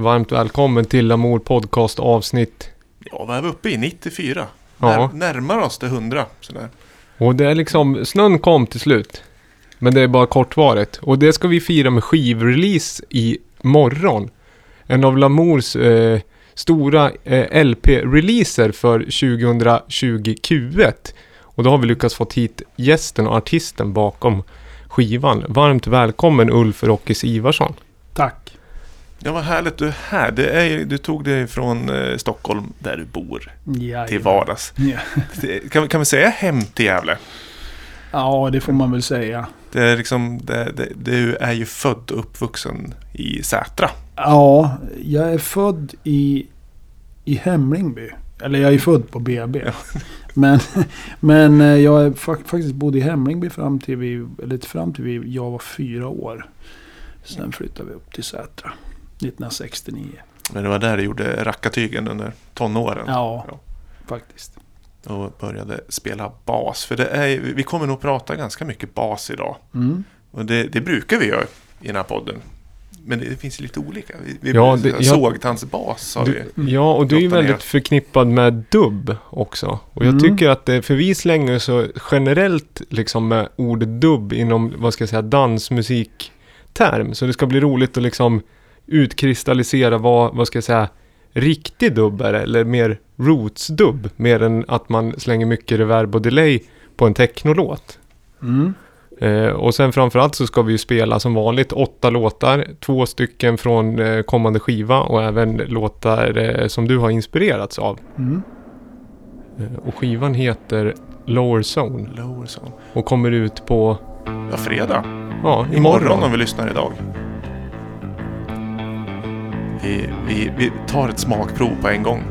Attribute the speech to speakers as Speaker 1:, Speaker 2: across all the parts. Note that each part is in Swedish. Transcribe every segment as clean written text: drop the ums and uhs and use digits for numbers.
Speaker 1: varmt välkommen till Lamour podcast avsnitt.
Speaker 2: Ja, vad är vi uppe i? 94.
Speaker 1: Ja.
Speaker 2: Närmar oss till 100. Sådär.
Speaker 1: Och det är liksom, snön kom till slut. Men det är bara kortvarigt. Och det ska vi fira med skivrelease i morgon. En av Lamours stora LP-releaser för 2020 Q1. Och då har vi lyckats få hit gästen och artisten bakom skivan. Varmt välkommen Ulf Rockis Ivarsson.
Speaker 3: Tack.
Speaker 2: Ja, vad härligt du är här. Du tog dig från Stockholm där du bor till vardags.
Speaker 3: Ja.
Speaker 2: Kan vi säga hem till Gävle?
Speaker 3: Ja, det får man väl säga.
Speaker 2: Det är liksom, du är ju född och uppvuxen i Sätra.
Speaker 3: Ja, jag är född i Hemlingby. Eller jag är född på BB. Ja. Men jag är faktiskt bodde i Hemlingby fram till jag var 4 år. Sen flyttade vi upp till Sätra 1969.
Speaker 2: Men det var där du gjorde rackartygen under tonåren.
Speaker 3: Ja, faktiskt.
Speaker 2: Och började spela bas. För vi kommer nog prata ganska mycket bas idag.
Speaker 3: Mm.
Speaker 2: Och det brukar vi göra i den här podden. Men det finns lite olika. Sågtandsbas har vi.
Speaker 1: Ja, och du är ju väldigt förknippad med dubb också. Och jag tycker att för vi slänger så generellt liksom med ordet dubb inom, vad ska jag säga, dansmusikterm. Så det ska bli roligt att liksom utkristallisera vad ska jag säga, riktig dubb är eller mer roots-dubb. Mer än att man slänger mycket reverb och delay på en technolåt.
Speaker 3: Mm.
Speaker 1: Och sen framförallt så ska vi ju spela som vanligt 8 låtar, 2 stycken från kommande skiva och även låtar som du har inspirerats av.
Speaker 3: Mm.
Speaker 1: Och skivan heter Lower Zone. Och kommer ut på
Speaker 2: fredag.
Speaker 1: Ja,
Speaker 2: imorgon om vi lyssnar idag. Vi tar ett smakprov på en gång.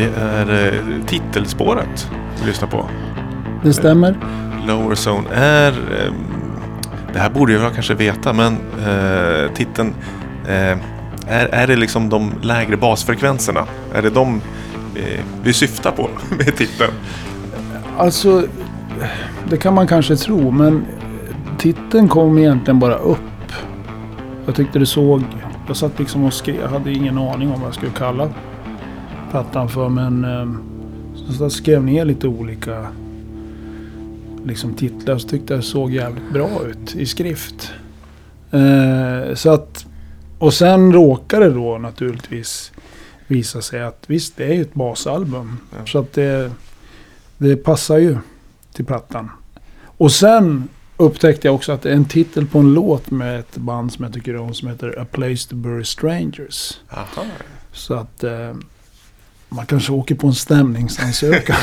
Speaker 2: Det är titelspåret vi lyssnar på.
Speaker 3: Det stämmer.
Speaker 2: Lower Zone är... det här borde jag kanske veta, men titeln... är det liksom de lägre basfrekvenserna? Är det de vi syftar på med titeln?
Speaker 3: Alltså, det kan man kanske tro, men titeln kom egentligen bara upp. Jag tyckte det såg... Jag satt liksom och skrev, jag hade ingen aning om vad jag skulle kalla plattan för, men så jag skrev ner lite olika liksom titlar, så tyckte jag såg jävligt bra ut i skrift. Så att, och sen råkade det då naturligtvis visa sig att visst, det är ju ett basalbum. Ja. Så att det passar ju till plattan. Och sen upptäckte jag också att det är en titel på en låt med ett band som jag tycker om, som heter A Place to Bury Strangers.
Speaker 2: Aha.
Speaker 3: Så att man kanske åker på en stämningsansökan.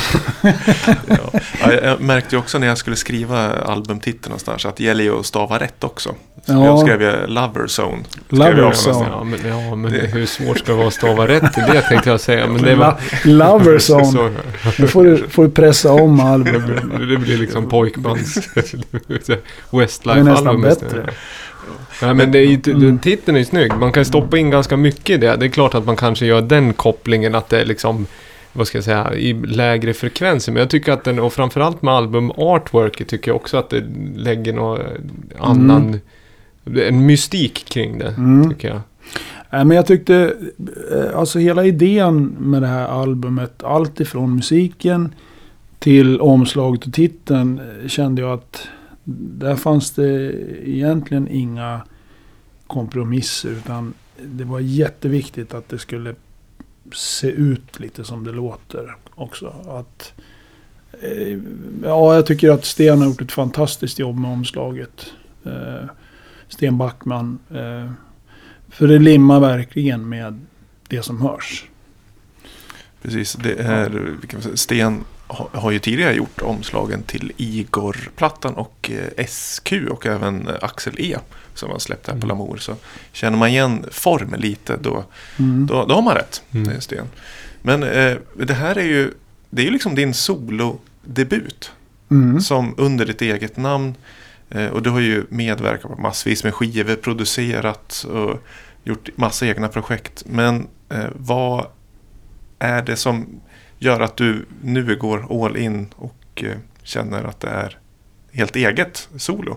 Speaker 2: Ja, jag märkte ju också när jag skulle skriva albumtiteln någonstans att det gäller ju att stava rätt också. Så
Speaker 3: Ja.
Speaker 2: jag skrev Lover Zone.
Speaker 3: Lover Zone.
Speaker 1: Ja, men hur svårt ska det vara att stava rätt till det, tänkte jag säga. Men det var...
Speaker 3: Lover Zone. Nu får du pressa om albumet.
Speaker 1: Det blir liksom pojkbands Westlife-album.
Speaker 3: Det är nästan bättre.
Speaker 1: Ja, men titeln är ju snygg. Man kan stoppa in ganska mycket i det. Det är klart att man kanske gör den kopplingen att det är liksom, vad ska jag säga, i lägre frekvenser. Men jag tycker att den, och framförallt med album artwork, tycker jag också att det lägger någon annan, en mystik kring det, tycker jag.
Speaker 3: Men jag tyckte, alltså hela idén med det här albumet, allt ifrån musiken till omslaget och titeln, kände jag att där fanns det egentligen inga kompromisser, utan det var jätteviktigt att det skulle se ut lite som det låter också. Att, ja, jag tycker att Sten har gjort ett fantastiskt jobb med omslaget. Sten Backman. För det limmar verkligen med det som hörs.
Speaker 2: Precis, det är, Sten har ju tidigare gjort omslagen till Igor-plattan och SQ och även Axel E som har släppt här på Lamour. Så känner man igen form lite, då har man rätt, Sten. Men det här är ju, det är ju liksom din solodebut som under ditt eget namn, och du har ju medverkat på massvis med skivor, producerat och gjort massa egna projekt. Men vad är det som gör att du nu går all in och känner att det är helt eget solo?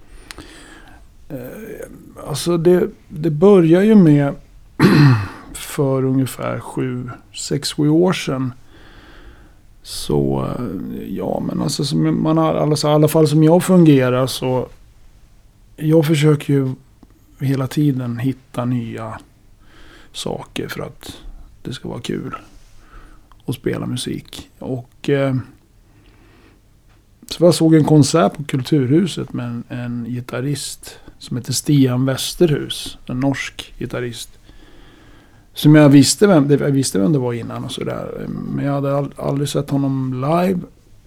Speaker 3: Alltså det börjar ju med för ungefär 6-7 år sedan. Så ja, men alltså som man har, alltså, i alla fall som jag fungerar, så jag försöker ju hela tiden hitta nya saker för att det ska vara kul och spela musik. Och så jag såg en konsert på Kulturhuset med en gitarrist som heter Stian Westerhus, en norsk gitarrist. Som jag visste vem det var innan och sådär. Men jag hade aldrig sett honom live.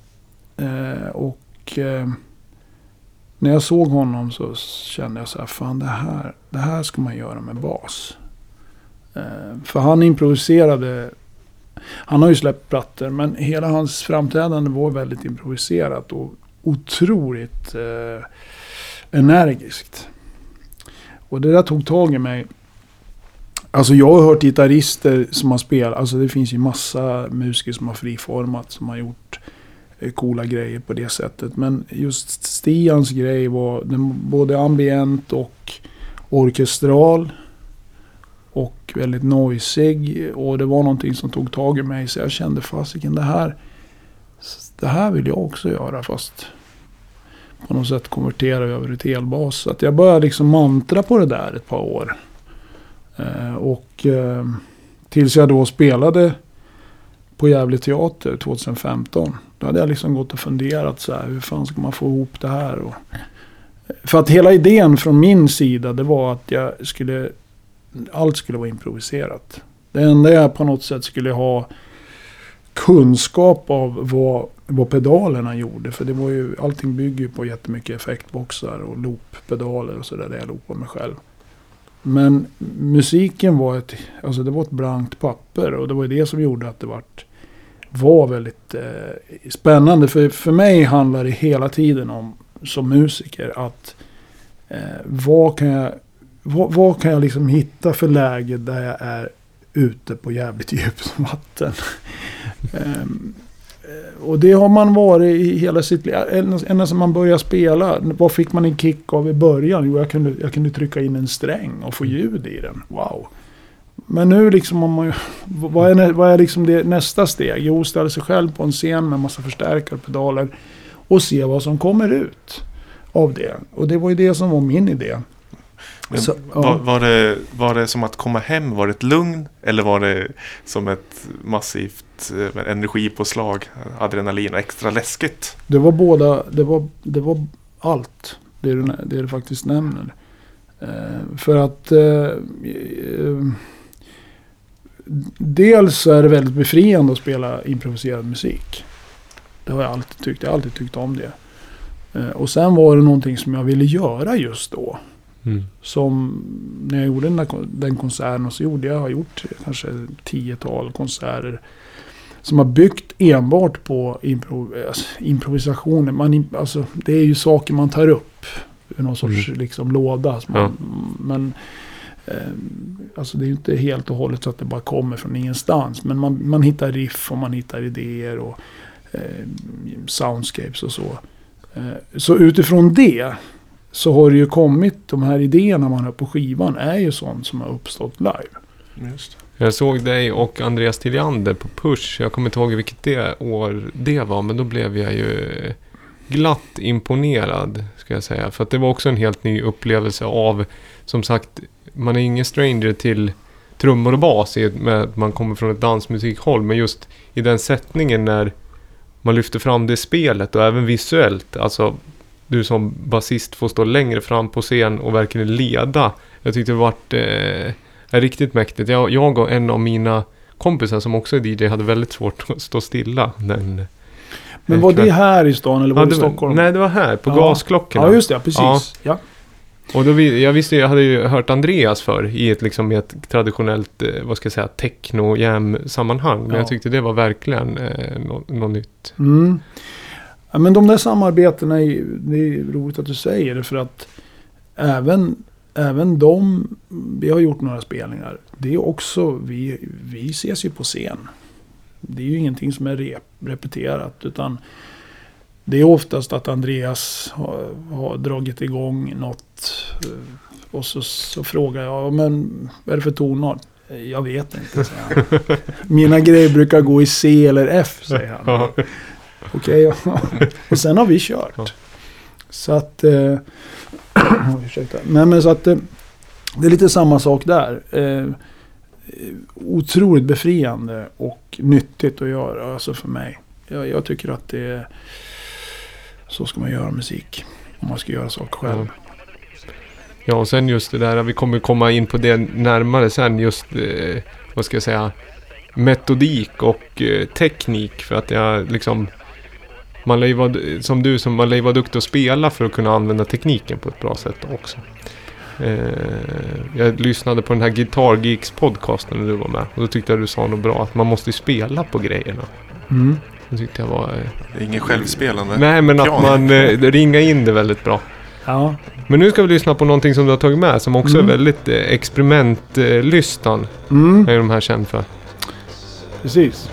Speaker 3: Och när jag såg honom så kände jag så här, fan det här ska man göra med bas. För han improviserade. Han har ju släppt plattor, men hela hans framträdande var väldigt improviserat och otroligt energiskt. Och det där tog tag i mig. Alltså jag har hört gitarrister som har spelat, alltså det finns ju massa musiker som har friformat, som har gjort coola grejer på det sättet. Men just Stians grej var både ambient och orkestral och väldigt noisig, och det var någonting som tog tag i mig, så jag kände fasiken, det här vill jag också göra, fast på något sätt konvertera över till elbas. Så att jag började liksom mantra på det där ett par år. Och tills jag då spelade på Gävle teater 2015. Då hade jag liksom gått och funderat så här, hur fan ska man få ihop det här? Och, för att hela idén från min sida, det var att allt skulle vara improviserat. Det enda jag på något sätt skulle ha kunskap av vad pedalerna gjorde. För det var ju, allting bygger ju på jättemycket effektboxar och looppedaler och sådär, där jag loopar mig själv. Men musiken var det var ett blankt papper. Och det var det som gjorde att det var väldigt spännande. För mig handlar det hela tiden om, som musiker, att vad kan jag liksom hitta för läge där jag är ute på jävligt djupt vatten. Och det har man varit i hela sitt liv. Ända som man började spela. Vad fick man en kick av i början? Jo, jag kunde trycka in en sträng och få ljud i den. Wow. Men nu liksom vad är liksom det nästa steg? Jo, ställa sig själv på en scen med massa förstärkare och pedaler och se vad som kommer ut av det. Och det var ju det som var min idé.
Speaker 2: Så, var det som att komma hem? Var det ett lugn? Eller var det som ett massivt energipåslag, adrenalin och extra läskigt?
Speaker 3: Det var båda. Det var allt. Det du faktiskt nämner. För att dels är det väldigt befriande att spela improviserad musik. Det har jag alltid tyckt. Jag har alltid tyckt om det. Och sen var det någonting som jag ville göra just då. Som när jag gjorde den konserten, och så har jag gjort kanske 10-tal konserter som har byggt enbart på improvisationer. Det är ju saker man tar upp ur någon sorts liksom låda. Men alltså det är ju inte helt och hållet så att det bara kommer från ingenstans. Men man hittar riff och man hittar idéer och soundscapes och så. Så utifrån det så har det ju kommit, de här idéerna man har på skivan är ju sånt som har uppstått live.
Speaker 2: Just.
Speaker 1: Jag såg dig och Andreas Tilliander på Push. Jag kommer inte ihåg vilket år det var, men då blev jag ju glatt imponerad, ska jag säga. För att det var också en helt ny upplevelse av, som sagt, man är ingen stranger till trummor och bas med att man kommer från ett dansmusikhåll, men just i den sättningen när man lyfter fram det spelet och även visuellt, alltså du som basist får stå längre fram på scen och verkligen leda. Jag tyckte det varit riktigt mäktigt. Jag och en av mina kompisar som också är DJ hade väldigt svårt att stå stilla.
Speaker 3: Men var det här i stan eller var det i Stockholm?
Speaker 1: Nej, det var här på Gasklockorna.
Speaker 3: Ja, just det, precis. Ja.
Speaker 1: Och då jag hade ju hört Andreas för i ett traditionellt, vad ska jag säga, techno-jam-sammanhang. Men jag tyckte det var verkligen något nytt.
Speaker 3: Ja, men de där samarbetena, det är roligt att du säger det, för att även vi har gjort några spelningar. Det är också, vi ses ju på scen. Det är ju ingenting som är repeterat, utan det är oftast att Andreas har dragit igång något och så frågar jag, men vad är det för tonart? Jag vet inte, säger han. Mina grejer brukar gå i C eller F, säger han. Okej, och sen har vi kört. Så att ursäkta. Men så att det är lite samma sak där. Otroligt befriande och nyttigt att göra, alltså för mig. Jag tycker att det är så ska man göra musik. Om man ska göra saker själv.
Speaker 1: Ja, och sen just det där, vi kommer komma in på det närmare sen, just vad ska jag säga, metodik och teknik, för att jag liksom, man lär ju vara duktig att spela för att kunna använda tekniken på ett bra sätt också. Jag lyssnade på den här Guitar Geeks podcasten när du var med, och då tyckte jag du sa något bra, att man måste spela på grejerna. Det tyckte jag var...
Speaker 2: Det är ingen självspelande.
Speaker 1: Nej, men att man ringar in det väldigt bra.
Speaker 3: Ja.
Speaker 1: Men nu ska vi lyssna på någonting som du har tagit med, som också är väldigt experimentlystan. Är de här känd för.
Speaker 3: Precis.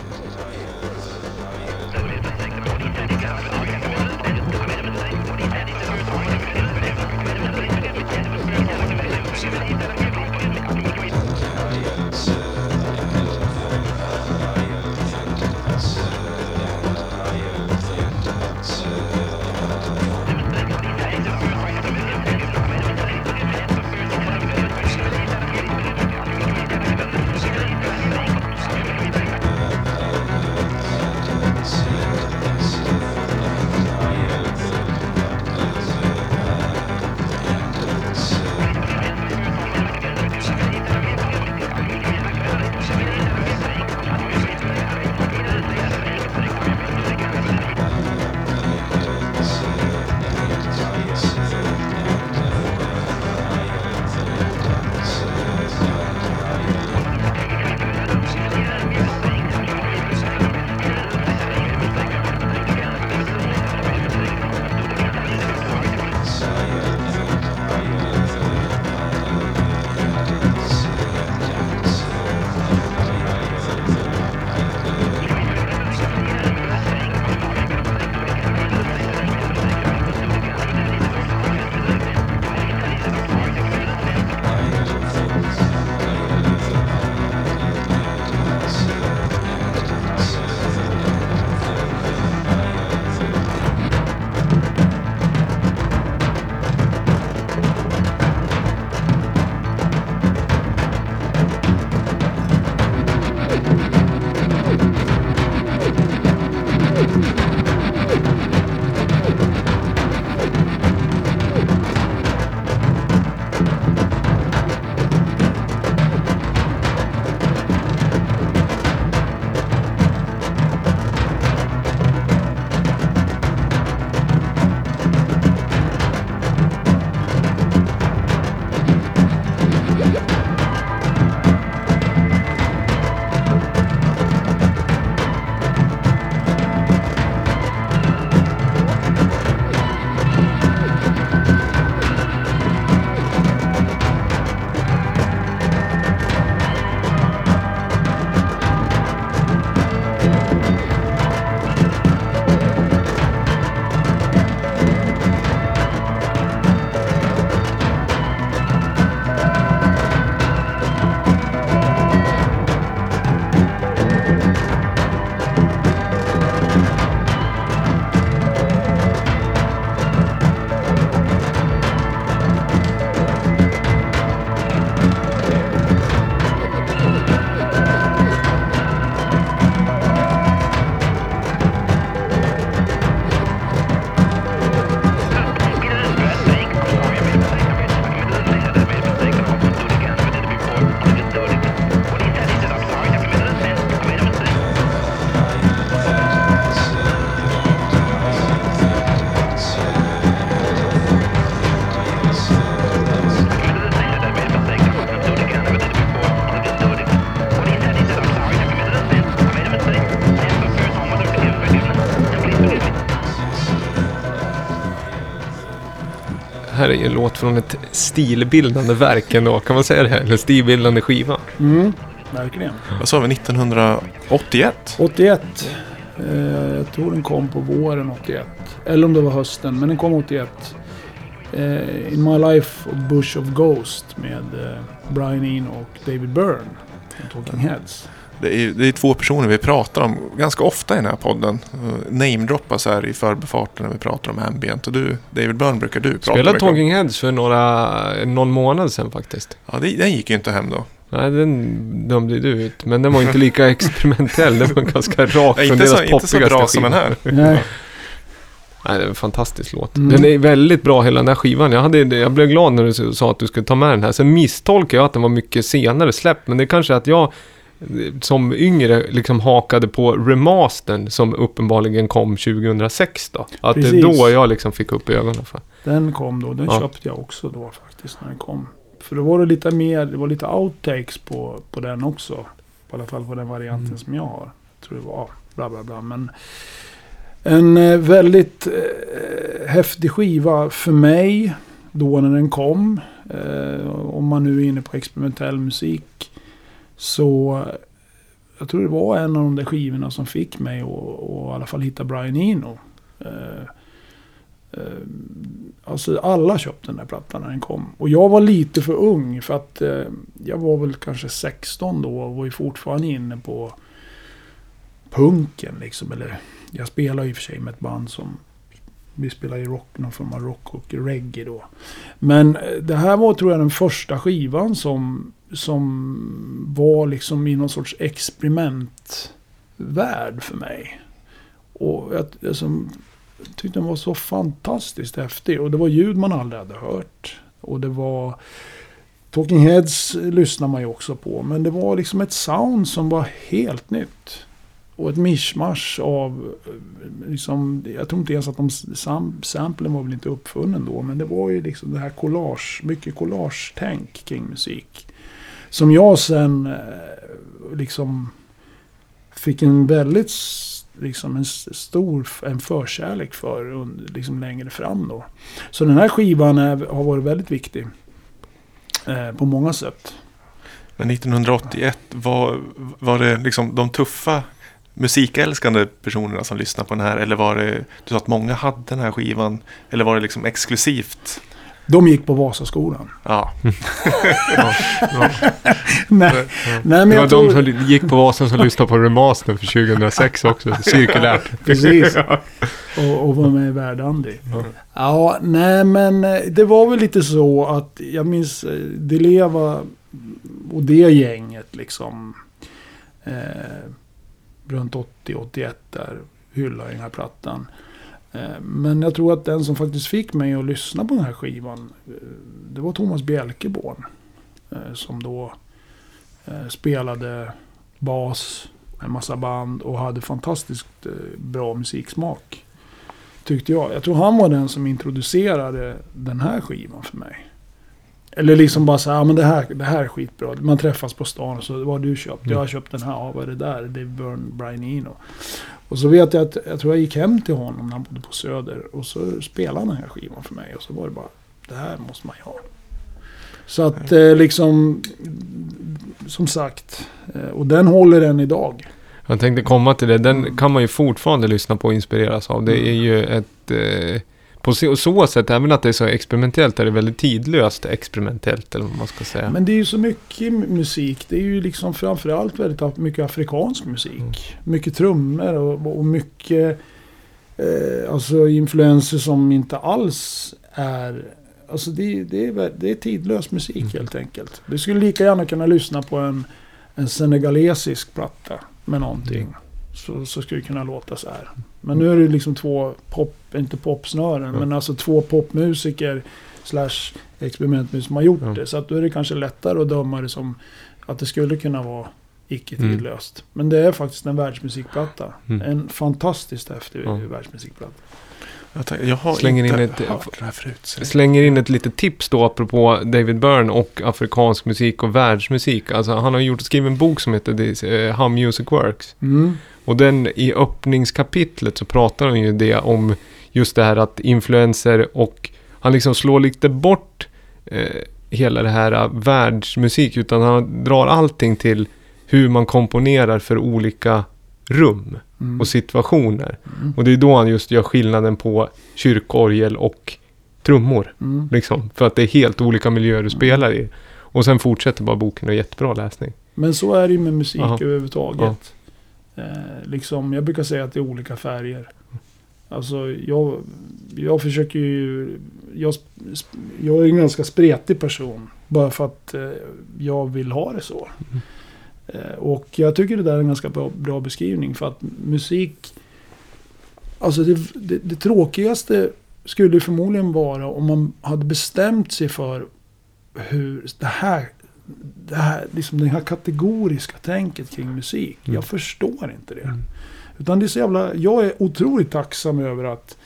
Speaker 1: här är en låt från ett stilbildande verk ändå, kan man säga det här? Eller stilbildande skiva.
Speaker 3: Verkligen.
Speaker 2: Vad sa vi, 1981?
Speaker 3: 81. Jag tror den kom på våren 81. Eller om det var hösten, men den kom 81. In My Life of Bush of Ghost med Brian Eno och David Byrne från Talking Heads.
Speaker 2: Det är två personer vi pratar om ganska ofta i den här podden. Namedroppas här i förbifarten när vi pratar om ambient. Och du, David Byrne, brukar du prata
Speaker 1: Spelade
Speaker 2: mycket om.
Speaker 1: Talking Heads för någon månad sedan faktiskt.
Speaker 2: Ja, den gick ju inte hem då.
Speaker 1: Nej, den dömde du ut. Men den var inte lika experimentell. Den var ganska rak från
Speaker 2: Inte
Speaker 1: deras
Speaker 2: så
Speaker 1: poppigaste
Speaker 2: bra
Speaker 1: skiva.
Speaker 2: som den här.
Speaker 3: Nej.
Speaker 1: Nej, det är en fantastisk låt. Den är väldigt bra hela den här skivan. Jag blev glad när du sa att du skulle ta med den här. Sen misstolkade jag att den var mycket senare släppt. Men det är kanske att jag som yngre liksom hakade på remastern som uppenbarligen kom 2006 då. Att det är då jag liksom fick upp ögonen för.
Speaker 3: Den kom då. Den köpte jag också då faktiskt när den kom. För då var det lite mer, det var lite outtakes på den också. I alla fall på den varianten som jag har. Jag tror det var bla bla bla. Men en väldigt häftig skiva för mig då när den kom. Om man nu är inne på experimentell musik. Så jag tror det var en av de där skivorna som fick mig att i alla fall hitta Brian Eno. Alltså alla köpte den där plattan när den kom. Och jag var lite för ung för att jag var väl kanske 16 då och var ju fortfarande inne på punken liksom. Eller jag spelar ju för sig med ett band som vi spelar i rock, någon form av rock och reggae då. Men det här var tror jag den första skivan som var liksom i någon sorts experimentvärld för mig. Och jag tyckte den var så fantastiskt häftig. Och det var ljud man aldrig hade hört. Och det var Talking Heads lyssnar man ju också på. Men det var liksom ett sound som var helt nytt. Och ett mishmash av liksom, jag tror inte ens att samplen var väl inte uppfunnen då. Men det var ju liksom det här mycket collage-tänk kring musik. Som jag sen liksom fick en väldigt liksom en förkärlek för liksom längre fram då. Så den här skivan har varit väldigt viktig på många sätt.
Speaker 2: Men 1981 var det liksom de tuffa musikälskande personerna som lyssnade på den här, eller var det, du sa att många hade den här skivan, eller var det liksom exklusivt?
Speaker 3: De gick på Vasaskolan.
Speaker 2: Ja.
Speaker 3: Nej, men
Speaker 1: det var de som gick på Vasan som lyssnade på remastern för 2006 också. Cirkulärt.
Speaker 3: Precis. Och var med i Verdandi. Ja, nej men det var väl lite så att jag minns Dileva och det gänget liksom runt 80-81 där hyllade den här plattan. Men jag tror att den som faktiskt fick mig att lyssna på den här skivan, det var Thomas Bjelkeborn. Som då spelade bas med en massa band och hade fantastiskt bra musiksmak. Tyckte jag. Jag tror han var den som introducerade den här skivan för mig. Eller liksom bara så här, men det här är skitbra. Man träffas på stan och så, vad har du köpt? Jag har köpt den här, vad är det där? Det är Brian Eno. Och så vet jag att jag tror jag gick hem till honom när han bodde på Söder. Och så spelade han den här skivan för mig. Och så var det bara, det här måste man ju ha. Så att liksom, som sagt, och den håller än idag.
Speaker 1: Jag tänkte komma till det. Den kan man ju fortfarande lyssna på och inspireras av. Det är ju ett... på så sätt, även att det är så experimentellt, är det väldigt tidlöst experimentellt, eller vad man ska säga.
Speaker 3: Men det är ju så mycket musik. Det är ju liksom framförallt väldigt mycket afrikansk musik. Mycket trummor och mycket alltså influenser som inte alls är... Alltså det är tidlös musik helt enkelt. Du skulle lika gärna kunna lyssna på en senegalesisk platta med någonting. Så skulle det kunna låta så här. Men nu är det liksom inte popsnören, men alltså två popmusiker / experimentmusiker som har gjort det. Så att då är det kanske lättare att döma det som att det skulle kunna vara icke-tidlöst. Men det är faktiskt en världsmusikplatta. En fantastiskt häftig världsmusikplatta.
Speaker 1: Slänger in ett litet tips då apropå David Byrne och afrikansk musik och världsmusik. Alltså han har skrivit en bok som heter How Music Works. Och den i öppningskapitlet så pratar han ju det om just det här att influenser och han liksom slår lite bort hela det här världsmusik, utan han drar allting till hur man komponerar för olika rum och situationer. Och det är då han just gör skillnaden på kyrkorgel och trummor. Liksom, för att det är helt olika miljöer du spelar i. Och sen fortsätter bara boken och jättebra läsning.
Speaker 3: Men så är det ju med musik överhuvudtaget. Liksom, jag brukar säga att det är olika färger. Alltså jag försöker ju... Jag är en ganska spretig person. Bara för att jag vill ha det så. Och jag tycker det där är en ganska bra beskrivning. För att musik... Alltså det tråkigaste skulle förmodligen vara om man hade bestämt sig för hur det här liksom det här kategoriska tänket kring musik. Jag förstår inte det. Utan det är så jävla... Jag är otroligt tacksam över att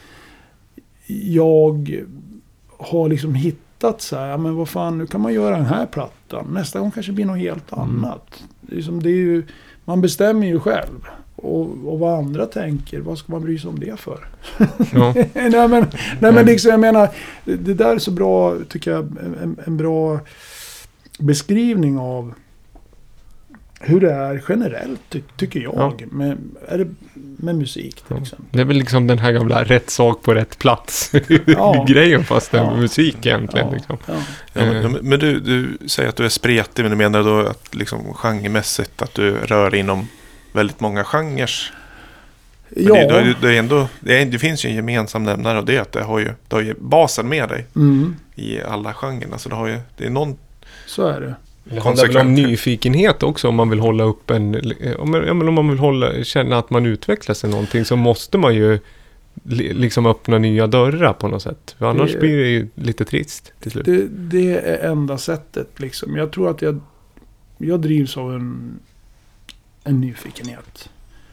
Speaker 3: jag har liksom hittat så här, men vad fan, nu kan man göra den här plattan. Nästa gång kanske det blir något helt annat. Det är ju, man bestämmer ju själv. Och vad andra tänker, vad ska man bry sig om det för?
Speaker 1: Ja.
Speaker 3: nej men liksom, jag menar, det där är så bra, tycker jag, en bra beskrivning av hur det är generellt, tycker jag, med musik till exempel.
Speaker 1: Det är väl liksom den här gamla rätt sak på rätt plats grejen, fast det är musik egentligen.
Speaker 3: Ja.
Speaker 1: Liksom.
Speaker 3: Ja.
Speaker 2: Men du säger att du är spretig, men du menar då att liksom genremässigt att du rör inom väldigt många genrer?
Speaker 3: Ja.
Speaker 2: Det finns ju en gemensam nämnare, och det är att du har ju basen med dig i alla genrerna. Så det är någon...
Speaker 3: Så är det.
Speaker 1: Det handlar väl om nyfikenhet också, om man vill hålla upp om man vill känna att man utvecklas i någonting, så måste man ju liksom öppna nya dörrar på något sätt. För annars blir det ju lite trist till slut.
Speaker 3: Det är enda sättet liksom. Jag tror att jag drivs av en nyfikenhet.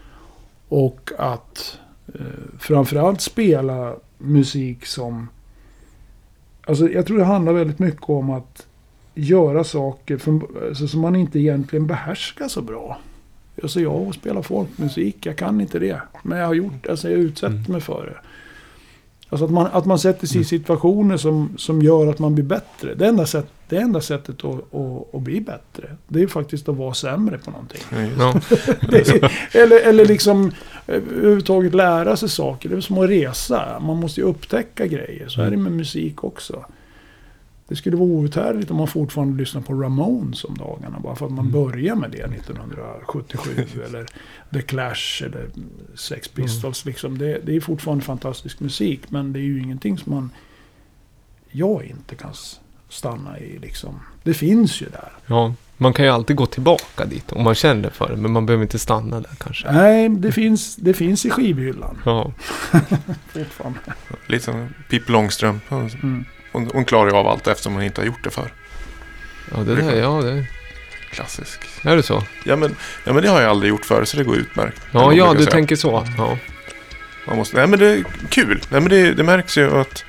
Speaker 3: Och att framförallt spela musik som... Alltså jag tror det handlar väldigt mycket om att göra saker som man inte egentligen behärskar så bra. Alltså jag spelar folkmusik, jag kan inte det. Men jag har gjort det, alltså jag utsätter mig för det. Alltså att man sätter sig i situationer som gör att man blir bättre. Det enda sättet att bli bättre, det är faktiskt att vara sämre på någonting.
Speaker 1: Ja.
Speaker 3: eller liksom överhuvudtaget lära sig saker. Det är som att resa. Man måste ju upptäcka grejer. Så är det med musik också. Det skulle vara outhärdligt om man fortfarande lyssnar på Ramones om dagarna. Bara för att man börjar med det 1977. Eller The Clash eller Sex Pistols. Liksom. Det är fortfarande fantastisk musik. Men det är ju ingenting som jag inte kan stanna i. Liksom. Det finns ju där.
Speaker 1: Ja, man kan ju alltid gå tillbaka dit om man känner för det. Men man behöver inte stanna där kanske.
Speaker 3: Nej, det finns i skivhyllan.
Speaker 1: Ja.
Speaker 3: Fortfarande.
Speaker 2: Lite som Pippi Långstrump. Hon klarar ju av allt eftersom hon inte har gjort det för.
Speaker 1: Ja, det är
Speaker 2: klassisk.
Speaker 1: Är det så?
Speaker 2: Ja, men det har jag aldrig gjort förr, så det går utmärkt.
Speaker 1: Ja, du tänker så. Ja.
Speaker 2: Nej, men det är kul. Nej, men det märks ju att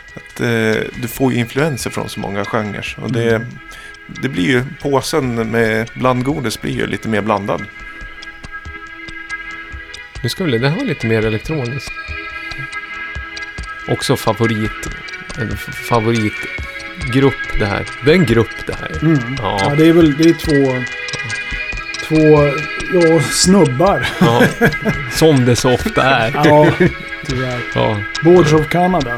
Speaker 2: du får influenser från så många genrer. Och det blir ju, påsen med blandgodis blir ju lite mer blandad.
Speaker 1: Nu ska det ha lite mer elektroniskt. Också favoritgrupp det här. Det är en grupp det här.
Speaker 3: Ja, det är två snubbar.
Speaker 1: Ja, som det så ofta är.
Speaker 3: Ja, tyvärr.
Speaker 1: Ja.
Speaker 3: Boards of Canada.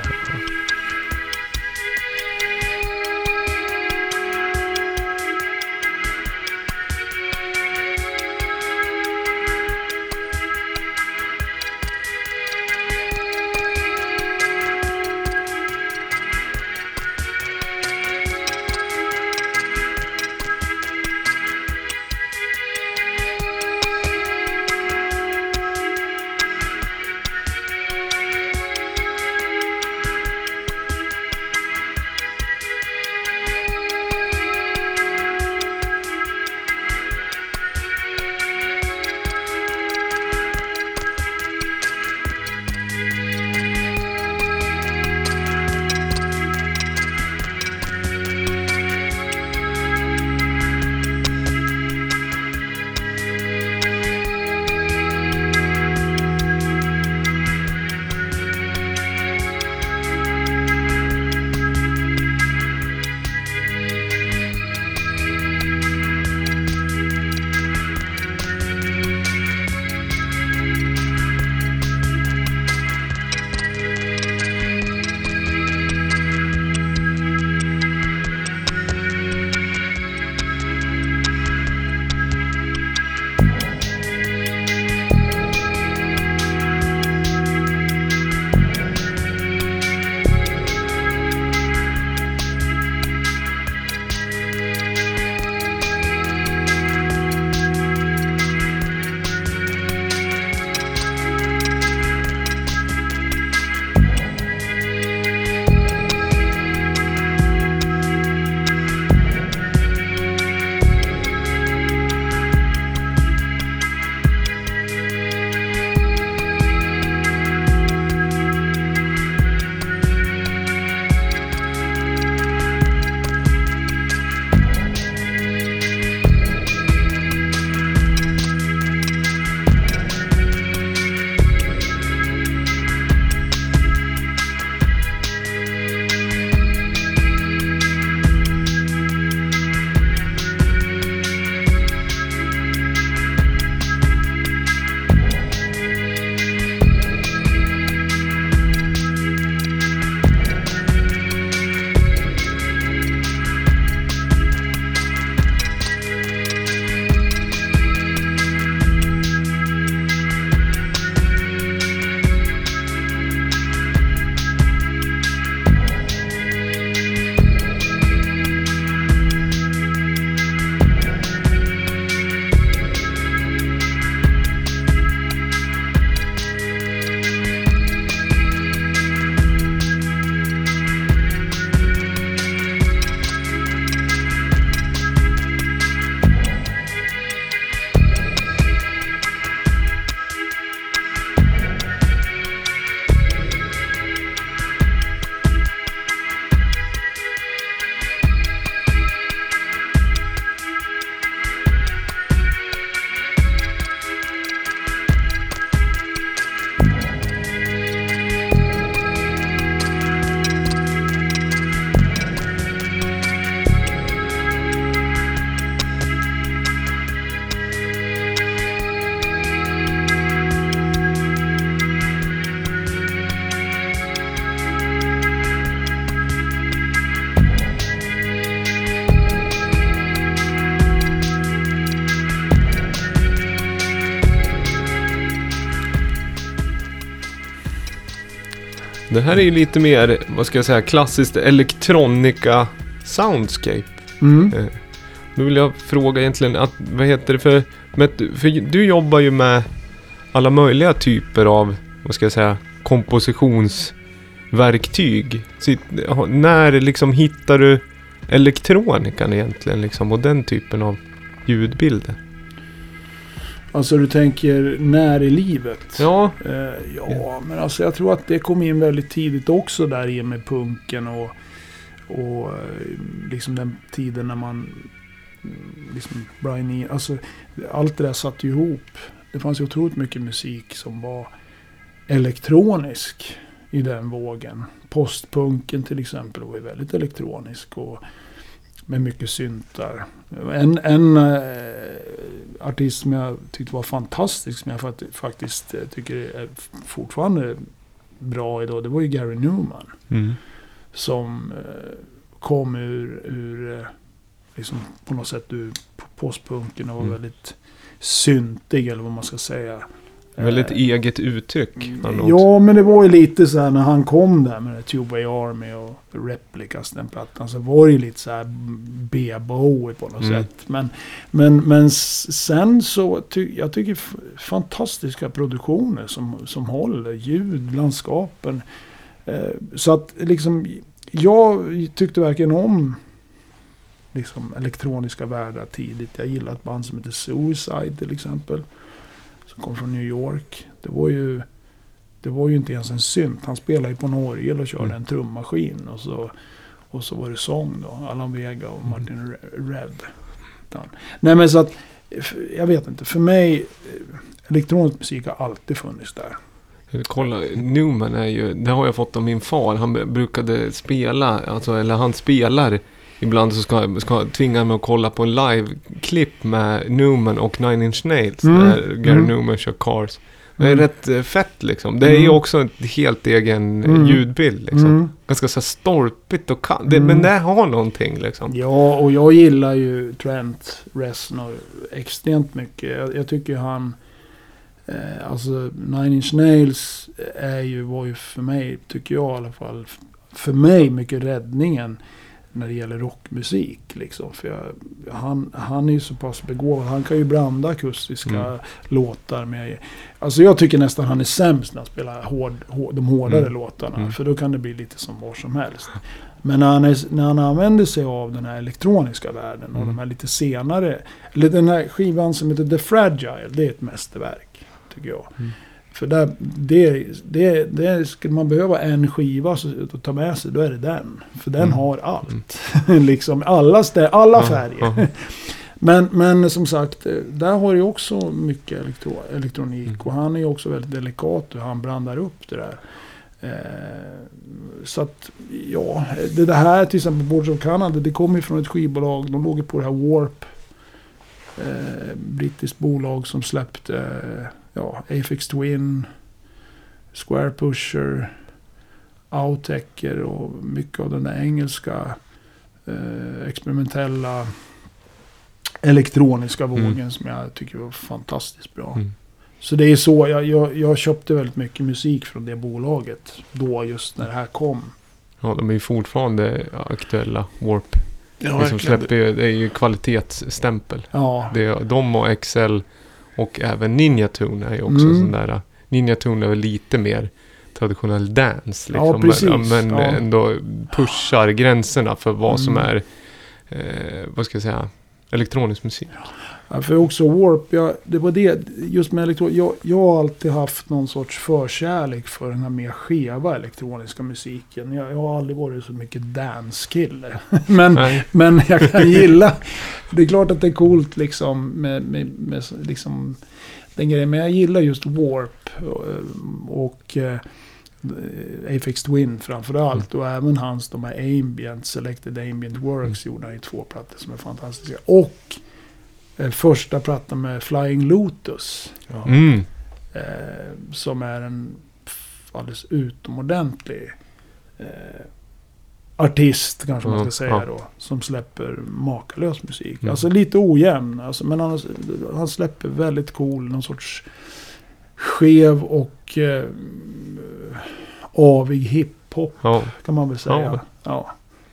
Speaker 1: Det här är ju lite mer, vad ska jag säga, klassiskt elektronika soundscape. Då vill jag fråga egentligen, att, vad heter det för du jobbar ju med alla möjliga typer av, vad ska jag säga, kompositionsverktyg. När liksom hittar du elektronikan egentligen liksom, och den typen av ljudbilder?
Speaker 3: Alltså du tänker när i livet?
Speaker 1: Ja.
Speaker 3: Men alltså jag tror att det kom in väldigt tidigt också där i med punken och liksom den tiden när man liksom Brian Eno, alltså allt det där satt ju ihop. Det fanns ju otroligt mycket musik som var elektronisk i den vågen. Postpunken till exempel var ju väldigt elektronisk och med mycket syntar. En artist som jag tyckte var fantastisk, som jag faktiskt tycker är fortfarande bra idag, det var ju Gary Numan. Som kom ur liksom på något sätt ur postpunken och var väldigt syntig, eller vad man ska säga.
Speaker 1: Väldigt eget uttryck.
Speaker 3: Ja, men det var ju lite så här när han kom där med Two-Way Army och Replicas, den plattan, så var det ju lite så här B-Bowie på något sätt. Men sen så jag tycker fantastiska produktioner som håller ljud, landskapen. Så att liksom jag tyckte verkligen om liksom elektroniska världar tidigt. Jag gillade ett band som heter Suicide till exempel, som kom från New York. Det var ju inte ens en synt. Han spelade ju på en orgel och körde en trummaskin. Och så var det sång då. Alan Vega och Martin Rev. Nej, men så att jag vet inte. För mig elektronisk musik har alltid funnits där.
Speaker 1: Kolla, Newman är ju, det har jag fått av min far. Han brukade spela, alltså, eller han spelar ibland, så ska tvinga mig att kolla på en live-klipp med Newman och Nine Inch Nails där Gary Newman kör Cars. Det är rätt fett liksom. Det är ju också en helt egen ljudbild liksom. Ganska så storpigt och men det har någonting liksom.
Speaker 3: Ja, och jag gillar ju Trent Reznor extremt mycket. Jag tycker han alltså Nine Inch Nails var ju för mig, tycker jag i alla fall, för mig mycket räddningen när det gäller rockmusik liksom. För han är ju så pass begåvad. Han kan ju blanda akustiska låtar med. Alltså jag tycker nästan han är sämst när han spelar de hårdare låtarna. För då kan det bli lite som var som helst. Men när han använder sig av den här elektroniska världen och de här lite senare, eller den här skivan som heter The Fragile, det är ett mästerverk tycker jag. För det skulle man behöva en skiva att ta med sig, då är det den. För den har allt. liksom alla färger. Men som sagt, där har ju också mycket elektronik. Och han är ju också väldigt delikat och han blandar upp det där. Så att, ja, det här till exempel Boards of Canada, det kommer ju från ett skivbolag. De låg på det här Warp. Brittiskt bolag som släppte Aphex Twin, Square Pusher, Outtaker och mycket av den där engelska experimentella elektroniska vågen som jag tycker var fantastiskt bra. Så det är så, jag köpte väldigt mycket musik från det bolaget då, just när det här kom.
Speaker 1: Ja, de är ju fortfarande aktuella, Warp.
Speaker 2: Ja,
Speaker 1: som släpper, det är ju kvalitetsstämpel.
Speaker 3: Ja.
Speaker 1: Det är de och Excel och även Ninja Tune är ju också sån där. Ninja Tune är väl lite mer traditionell dance liksom.
Speaker 3: Ja, precis.
Speaker 1: Men ändå pushar gränserna för vad som är vad ska jag säga, elektronisk musik.
Speaker 3: Ja, för också Warp, det var det just med jag har alltid haft någon sorts förkärlek för den här mer skeva elektroniska musiken. Jag har aldrig varit så mycket dance-kille. men jag kan gilla, det är klart att det är coolt liksom med liksom den grejen, men jag gillar just Warp och Aphex Twin framförallt och även de här Selected Ambient Works gjorde han i 2 plattor som är fantastiska. Och första plattan med Flying Lotus som är en alldeles utomordentlig artist kanske man ska säga då, som släpper makalös musik. Alltså lite ojämn, alltså, men han släpper väldigt cool, någon sorts skev och avig hiphop
Speaker 1: Ja.
Speaker 3: kan man väl säga.
Speaker 1: Ja.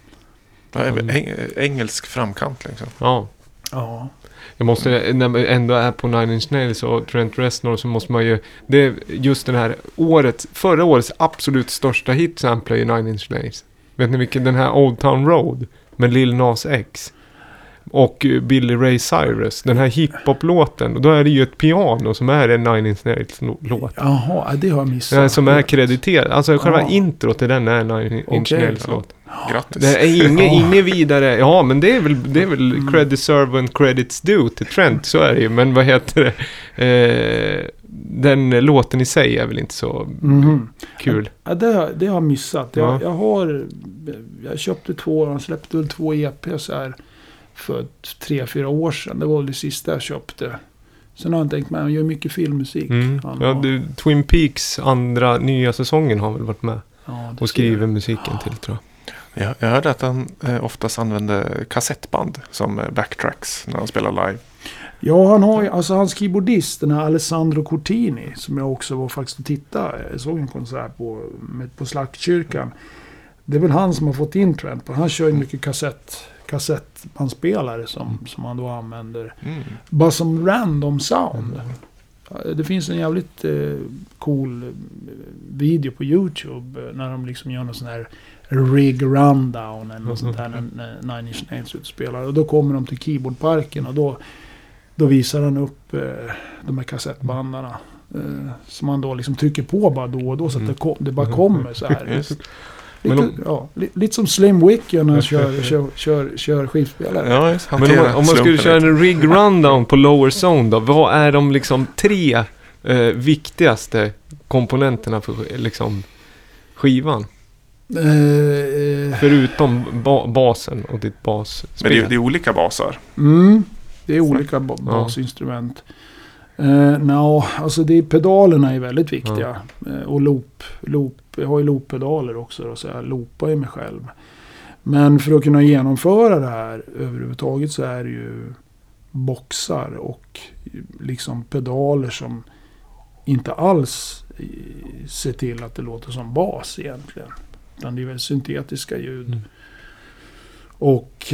Speaker 2: Engelsk framkant liksom.
Speaker 1: Ja.
Speaker 3: Ja.
Speaker 1: Jag måste, när man ändå är på Nine Inch Nails och Trent Reznor, så måste man ju, det är just den här förra årets absolut största hitsampler i Nine Inch Nails. Vet ni vilken? Den här Old Town Road med Lil Nas X och Billy Ray Cyrus, den här hiphop-låten, och då är det ju ett piano som är en Nine Inch Nails-låt.
Speaker 3: Jaha, det har jag missat.
Speaker 1: Som är krediterad. Alltså själva introt till den är Nine Inch Nails-låt.
Speaker 2: Grattis.
Speaker 1: Det är inget vidare. Ja, men det är väl credit serve and credits due till Trent, så är det ju. Men vad heter det? Den låten i sig är väl inte så kul.
Speaker 3: Ja, det har jag missat. Jag köpte han släppte väl 2 EPs här för 3-4 år sedan. Det var väl det sista jag köpte. Sen har jag tänkt mig, han gör mycket filmmusik.
Speaker 1: Twin Peaks andra nya säsongen har väl varit med och skriver musiken till, tror jag.
Speaker 2: Jag hörde att han oftast använde kassettband som backtracks när han spelar live.
Speaker 3: Ja, han har ju, alltså hans keyboardist, den här Alessandro Cortini, som jag också var faktiskt och tittade. Jag såg en konsert på Slaktkyrkan. Det är väl han som har fått in Trent. Han kör ju mycket kassettbandspelare som han då använder. Bara som random sound. Det finns en jävligt cool video på YouTube när de liksom gör någon sån här rig rundown eller något sånt där när Nine Inch Nails utspelar. Och då kommer de till keyboardparken och då visar han upp de här kassettbandarna som man då liksom trycker på bara då och då så att det bara kommer så här. Lite som Slim Wicky när han kör skivspelare.
Speaker 2: Ja,
Speaker 1: men om man skulle köra en rig rundown på Lower Zone då, vad är de liksom 3 viktigaste komponenterna för liksom skivan? Förutom basen och ditt basspel.
Speaker 2: Men det är olika basar.
Speaker 3: Det är olika basinstrument. Alltså pedalerna är väldigt viktiga. Och loop. Jag har ju looppedaler också då, så jag loopar ju mig själv. Men för att kunna genomföra det här överhuvudtaget så är det ju boxar och liksom pedaler som inte alls ser till att det låter som bas egentligen. Utan det är väl syntetiska ljud. Och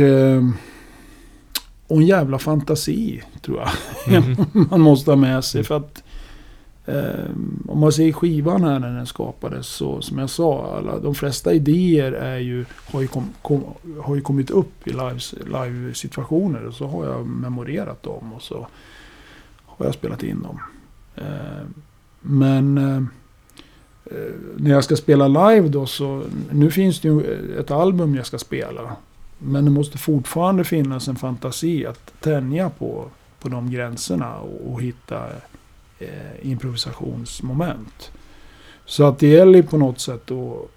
Speaker 3: en jävla fantasi, tror jag. Man måste ha med sig. För att om man ser skivan här när den skapades, så som jag sa, de flesta idéer har ju kommit upp i live-situationer. Och så har jag memorerat dem och så har jag spelat in dem. Men när jag ska spela live då, så nu finns det ju ett album jag ska spela. Men det måste fortfarande finnas en fantasi att tänja på de gränserna och hitta improvisationsmoment. Så att det gäller på något sätt att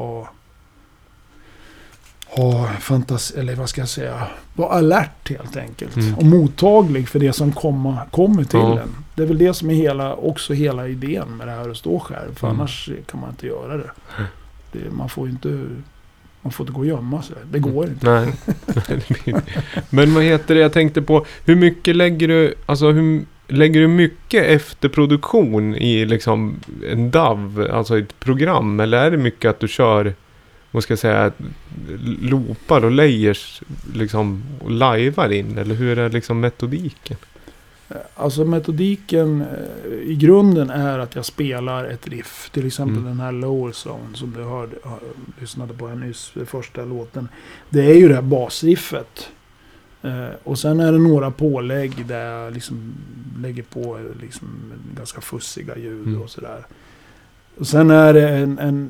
Speaker 3: ha fantasi, eller vad ska jag säga, vara alert helt enkelt. Och mottaglig för det som kommer till en. Det är väl det som är hela idén med det här att stå själv. För annars kan man inte göra det. Man får inte gå och gömma sig. Det går inte.
Speaker 1: Nej. Men vad heter det? Jag tänkte på, hur mycket lägger du mycket efterproduktion i liksom en DAW, alltså ett program, eller är det mycket att du kör, vad ska jag säga, loopar och layers liksom och livear in, eller hur är liksom metodiken?
Speaker 3: Alltså metodiken i grunden är att jag spelar ett riff. Till exempel den här Lower Zone som du lyssnade på här nyss, första låten. Det är ju det här basriffet. Och sen är det några pålägg där jag liksom lägger på liksom ganska fussiga ljud och sådär. Och sen är det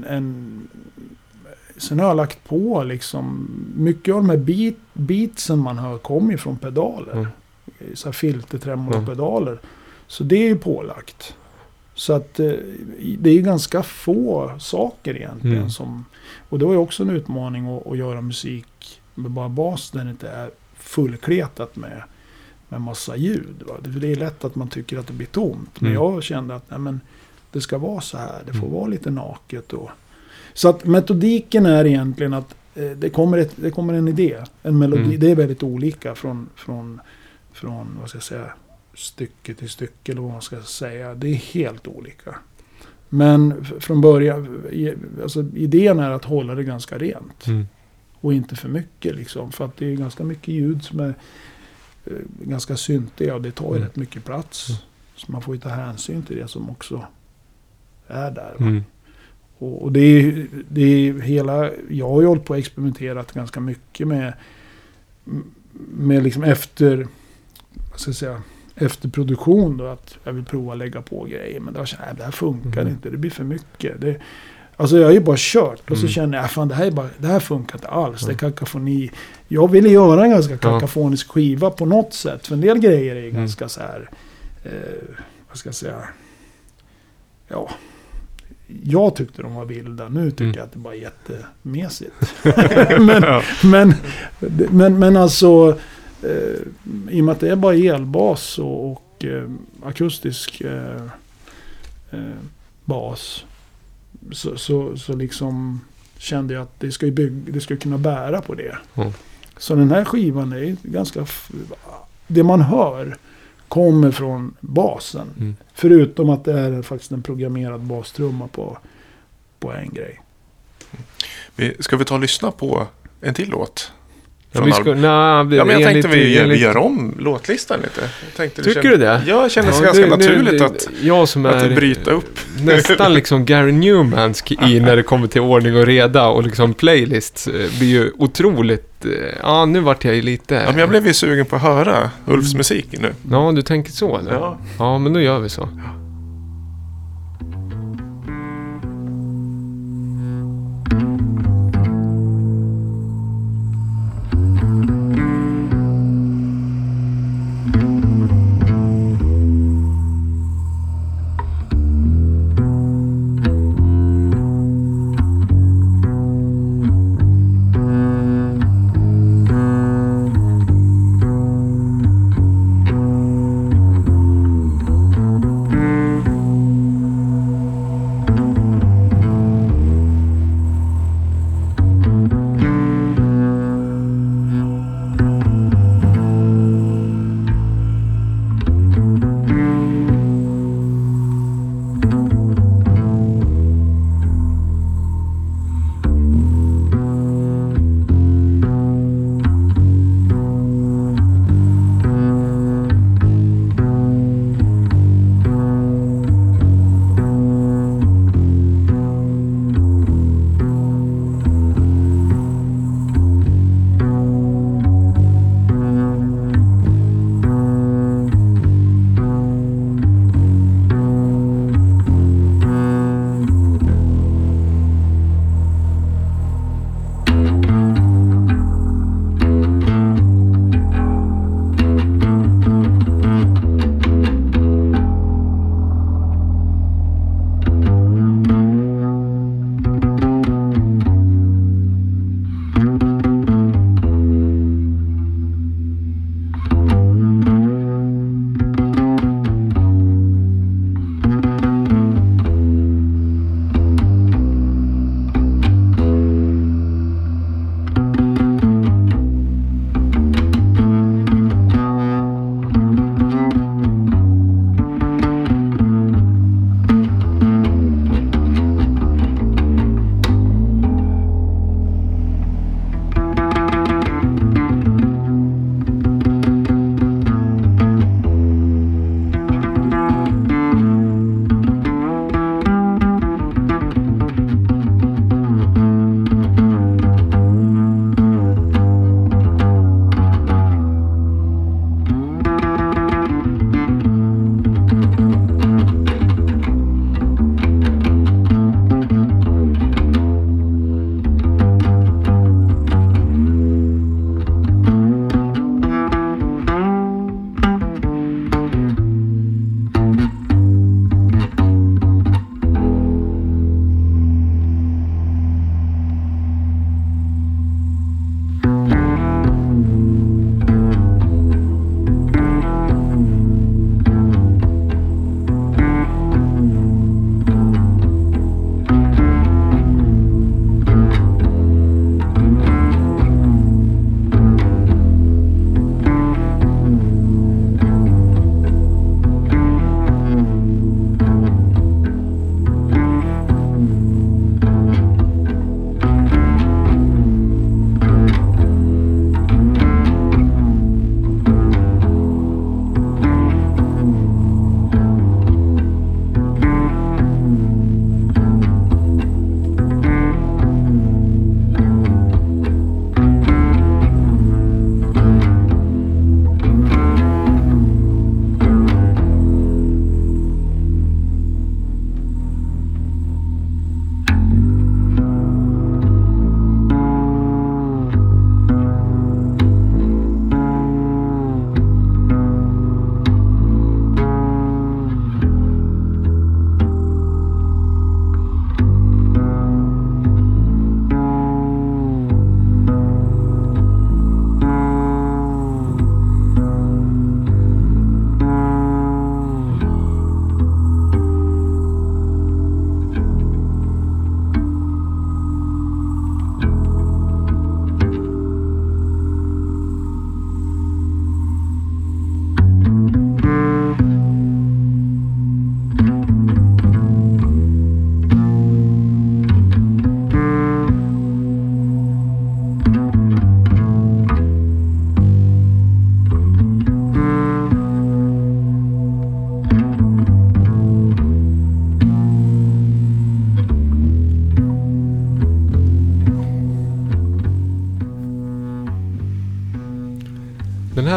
Speaker 3: sen har jag lagt på liksom mycket av de här beatsen man hör kommer från pedaler. Så här filtertremolopedaler. Så det är ju pålagt. Så att det är ju ganska få saker egentligen och det var ju också en utmaning att göra musik med bara bas där det inte är fullkletat med massa ljud. Va? Det är lätt att man tycker att det blir tomt. Men jag kände att det ska vara så här. Det får vara lite naket. Så att metodiken är egentligen att det kommer en idé. En melodi. Det är väldigt olika från vad ska jag säga, stycke till stycke eller vad man ska säga. Det är helt olika. Men från början, alltså idén är att hålla det ganska rent. Och inte för mycket liksom. För att det är ganska mycket ljud som är ganska syntiga och det tar ju rätt mycket plats. Så man får ju ta hänsyn till det som också är där. Och det är hela, jag har ju hållit på och experimenterat ganska mycket med liksom efter, vad ska jag säga, efter produktion då, att jag vill prova att lägga på grejer, men då känner jag, det här funkar inte, det blir för mycket. Alltså jag har ju bara kört och så känner jag, fan det här funkar inte alls, det är kakafoni. Jag ville göra en ganska kakafonisk skiva på något sätt, för en del grejer är ganska så här, vad ska jag säga, ja, jag tyckte de var vilda, nu tycker jag att det bara är jättemesigt. men alltså, i och med att det är bara elbas och akustisk bas, så liksom kände jag att det ska kunna bära på det. Så den här skivan är ganska, det man hör kommer från basen. Förutom att det är faktiskt en programmerad bastrumma på en grej.
Speaker 2: Ska vi ta och lyssna på en till låt?
Speaker 1: Ja,
Speaker 2: men jag tänkte vi gör om låtlistan lite.
Speaker 1: Tycker du det?
Speaker 2: Ja, kändes ganska naturligt att bryta upp.
Speaker 1: Nästan liksom Gary Newmansk i när det kommer till ordning och reda och liksom playlist blir ju otroligt. Ja, nu vart jag ju lite.
Speaker 2: Ja, men jag blev ju sugen på att höra Ulfs musik nu.
Speaker 1: Ja, du tänker så eller? Ja, men då gör vi så.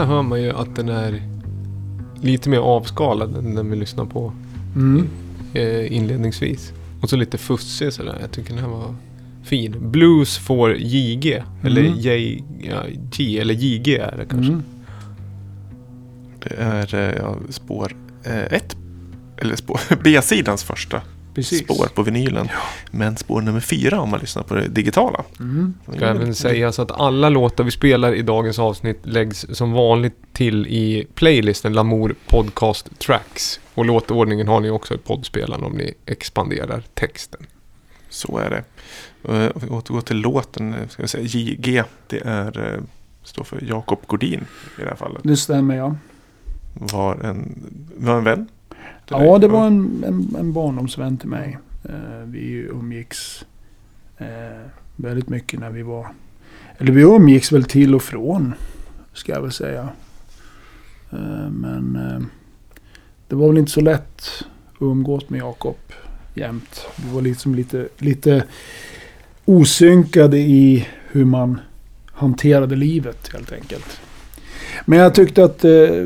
Speaker 1: hör man ju att den är lite mer avskalad än den vi lyssnar på inledningsvis. Och så lite fussig sådär. Jag tycker den här var fin. Blues for JG. Eller G eller JG är det kanske.
Speaker 2: Det är spår 1. Eller B-sidans första spår på vinylen. Ja. Men spår nummer 4 om man lyssnar på det digitala.
Speaker 1: Ska även säga så att alla låtar vi spelar i dagens avsnitt läggs som vanligt till i playlisten Lamour Podcast Tracks. Och låtordningen har ni också i poddspelaren om ni expanderar texten.
Speaker 2: Så är det. Vi återgår till låten, ska vi säga JG. Det står för Jakob Godin i det här fallet.
Speaker 3: Det stämmer, ja.
Speaker 2: Var en vän?
Speaker 3: Ja, det var en barndomsvän till mig. Vi umgicks väldigt mycket när vi var... Eller vi umgicks väl till och från, ska jag väl säga. Men det var väl inte så lätt att umgås med Jakob jämt. Vi var liksom lite osynkade i hur man hanterade livet, helt enkelt. Men jag tyckte att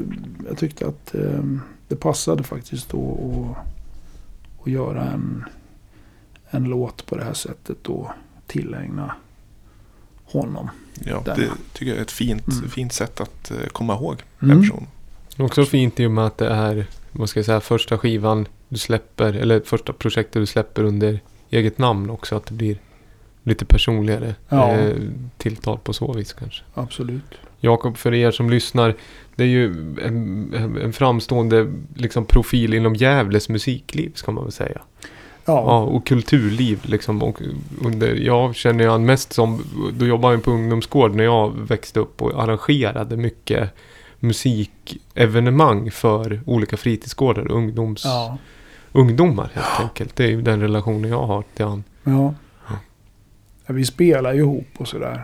Speaker 3: det passade faktiskt då att göra en låt på det här sättet och tillägna honom.
Speaker 2: Ja, det tycker jag är ett fint sätt att komma ihåg
Speaker 3: Mm.
Speaker 2: den personen.
Speaker 1: Också fint i och med att det är, vad ska jag säga, första skivan du släpper, eller första projektet du släpper under eget namn också, att det blir lite personligare tilltal på så vis kanske.
Speaker 3: Absolut.
Speaker 1: Jakob, för er som lyssnar, det är ju en framstående liksom, profil inom Gävles musikliv, ska man väl säga. Ja, och kulturliv liksom. Och jag känner han mest som, då jobbade jag på ungdomsgård när jag växte upp och arrangerade mycket musikevenemang för olika fritidsgårdar och ungdomar helt enkelt. Det är ju den relationen jag har till han.
Speaker 3: Ja, vi spelar ju ihop och sådär.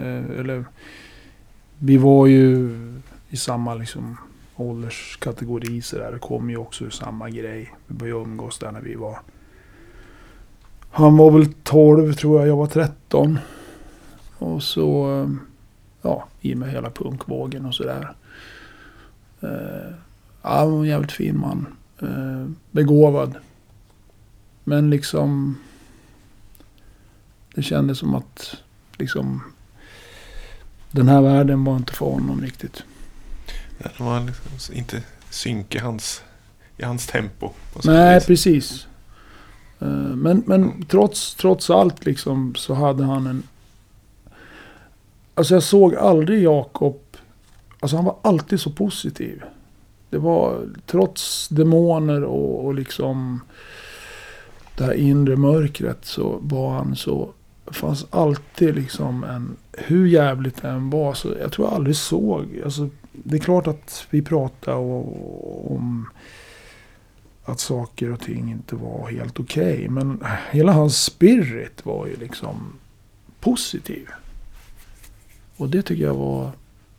Speaker 3: Vi var ju i samma liksom ålderskategori sådär. Det kom ju också ur samma grej. Vi började umgås där när vi var... Han var väl 12 tror jag var 13. Och så... i med hela punkvågen och sådär. Han var en jävligt fin man. Begåvad. Men liksom... Det kändes som att liksom... Den här världen var inte för honom riktigt.
Speaker 2: Det var liksom inte synk i hans tempo.
Speaker 3: Nej, precis. Men trots allt liksom så hade han en... Alltså jag såg aldrig Jakob... Alltså han var alltid så positiv. Det var trots demoner och liksom det här inre mörkret så var han så... Det fanns alltid liksom hur jävligt det än var så jag tror jag aldrig såg. Alltså det är klart att vi pratade om att saker och ting inte var helt okej. Men hela hans spirit var ju liksom positiv. Och det tycker jag var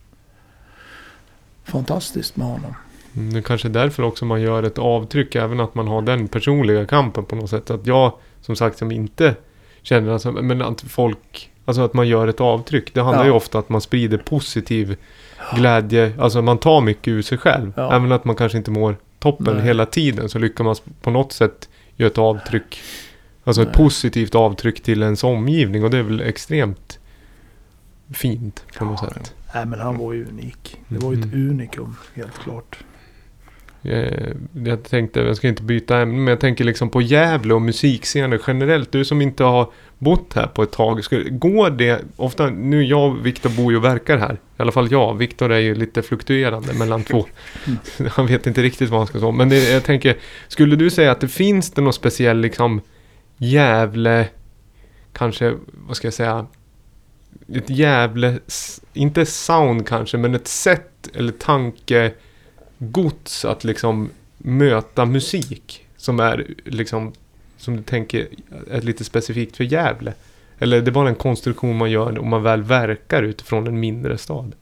Speaker 3: fantastiskt med honom.
Speaker 1: Det är kanske därför också man gör ett avtryck, även att man har den personliga kampen på något sätt. Att jag, som sagt, som inte känner alltså, men att folk, alltså att man gör ett avtryck. Det handlar ju ofta att man sprider positiv glädje. Alltså man tar mycket ur sig själv. Ja. Även att man kanske inte mår toppen hela tiden, så lyckas man på något sätt göra ett avtryck. Alltså ett positivt avtryck till ens omgivning. Och det är väl extremt fint på något sätt.
Speaker 3: Nej, men han var ju unik. Det var ju ett unikum, helt klart.
Speaker 1: Jag tänkte, jag ska inte byta ämne, men jag tänker liksom på Gävle och musikscener generellt. Du som inte har bott här på ett tag, går det ofta, nu jag och Viktor bor ju och verkar här. I alla fall jag, Viktor är ju lite fluktuerande mellan två. Han vet inte riktigt vad han ska säga. Men jag tänker, skulle du säga att det finns något speciell liksom Gävle, kanske, vad ska jag säga, ett Gävle, inte sound kanske, men ett sätt eller tanke gods att liksom möta musik som är liksom, som du tänker är lite specifikt för Gävle? Eller är det bara en konstruktion man gör om man väl verkar utifrån en mindre stad?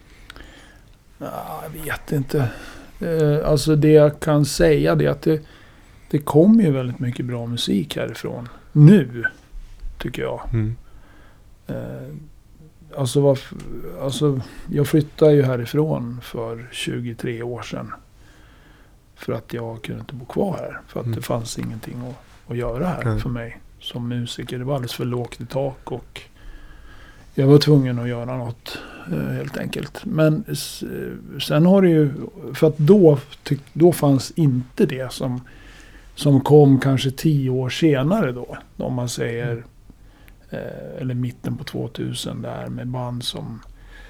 Speaker 3: Jag vet inte. Alltså det jag kan säga är att det kommer ju väldigt mycket bra musik härifrån. Nu, tycker jag. Alltså, jag flyttade ju härifrån för 23 år sedan. För att jag kunde inte bo kvar här. För att det fanns ingenting att göra här för mig som musiker. Det var alldeles för lågt i tak och jag var tvungen att göra något helt enkelt. Men sen har det ju, för att då fanns inte det som kom kanske 10 år senare då. Om man säger, eller mitten på 2000 där med band som,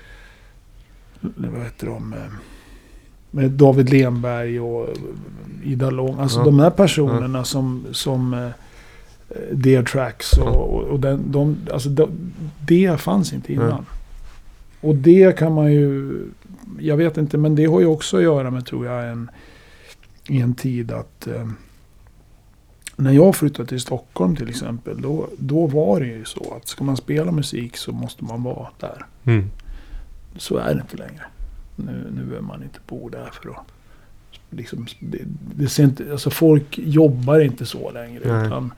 Speaker 3: vad heter de, med David Lenberg och Ida Lång. Alltså de här personerna som Dear Tracks och det fanns inte innan. Och det kan man ju, jag vet inte, men det har ju också att göra med, tror jag, en tid att när jag flyttade till Stockholm till exempel, då var det ju så att ska man spela musik så måste man vara där. Så är det inte längre. Nu behöver man inte bo där för att liksom, det ser inte, alltså folk jobbar inte så längre. Nej. Utan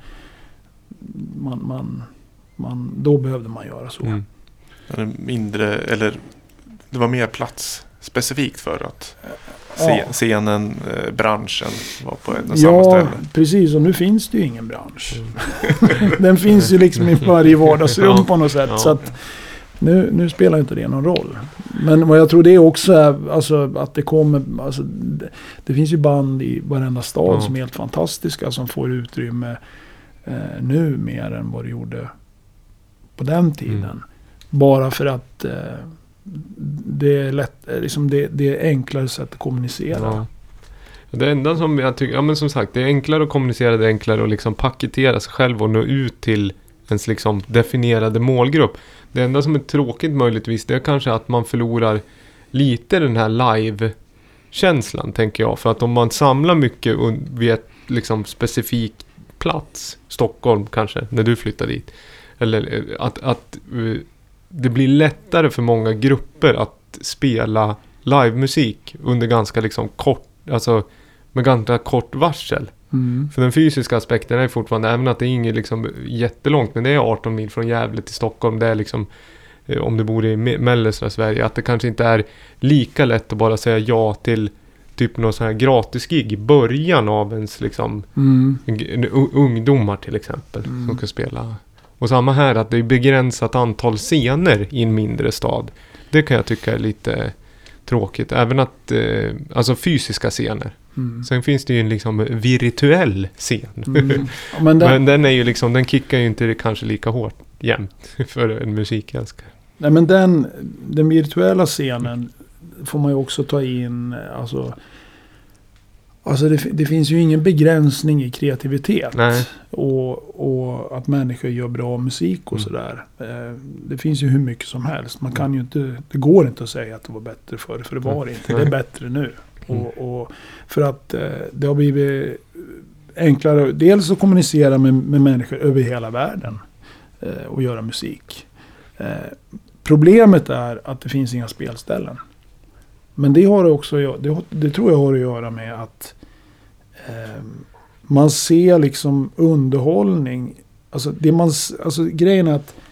Speaker 3: då behövde man göra så.
Speaker 2: Mindre, eller det var mer plats specifikt för att scenen, branschen var på ett och samma ställe. Ja,
Speaker 3: precis. Och nu finns det ju ingen bransch. Den finns ju liksom i varje vardagsrum på något sätt. Så att nu spelar inte det någon roll. Men vad jag tror det är också är, alltså, att det kommer, alltså, det finns ju band i varenda stad som är helt fantastiska, som får utrymme nu mer än vad det gjorde på den tiden. Bara för att det är lätt, liksom det är enklare sätt att kommunicera.
Speaker 1: Det enda som jag tycker, men som sagt, det är enklare att kommunicera, det är enklare att liksom paketera sig själv och nå ut till ens liksom definierade målgrupp. Det enda som är tråkigt möjligtvis, det är kanske att man förlorar lite den här live-känslan, tänker jag. För att om man samlar mycket vid ett liksom specifik plats, Stockholm kanske, när du flyttar dit, eller att det blir lättare för många grupper att spela livemusik under ganska liksom kort, alltså med ganska kort varsel. För den fysiska aspekten är fortfarande, även att det är inget liksom jättelångt, men det är 18 mil från Gävle till Stockholm, det är liksom, om du bor i mellersta Sverige, att det kanske inte är lika lätt att bara säga ja till typ någon sån här gratisgig i början av ens liksom ungdomar till exempel som kan spela. Och samma här, att det är begränsat antal scener i en mindre stad. Det kan jag tycka är lite tråkigt. Även att, alltså fysiska scener. Sen finns det ju en liksom virtuell scen. Men den är ju liksom, den kickar ju inte kanske lika hårt jämt för en musikälskare.
Speaker 3: Nej, men den virtuella scenen får man ju också ta in, alltså det finns ju ingen begränsning i kreativitet.
Speaker 1: Nej.
Speaker 3: Och att människor gör bra musik och sådär. Det finns ju hur mycket som helst. Man kan ju inte, det går inte att säga att det var bättre förr, för det var det inte. Det är bättre nu. Och för att det har blivit enklare dels att kommunicera med människor över hela världen och göra musik. Problemet är att det finns inga spelställen. Men det har också, det tror jag har att göra med att man ser liksom underhållning. Alltså grejen är att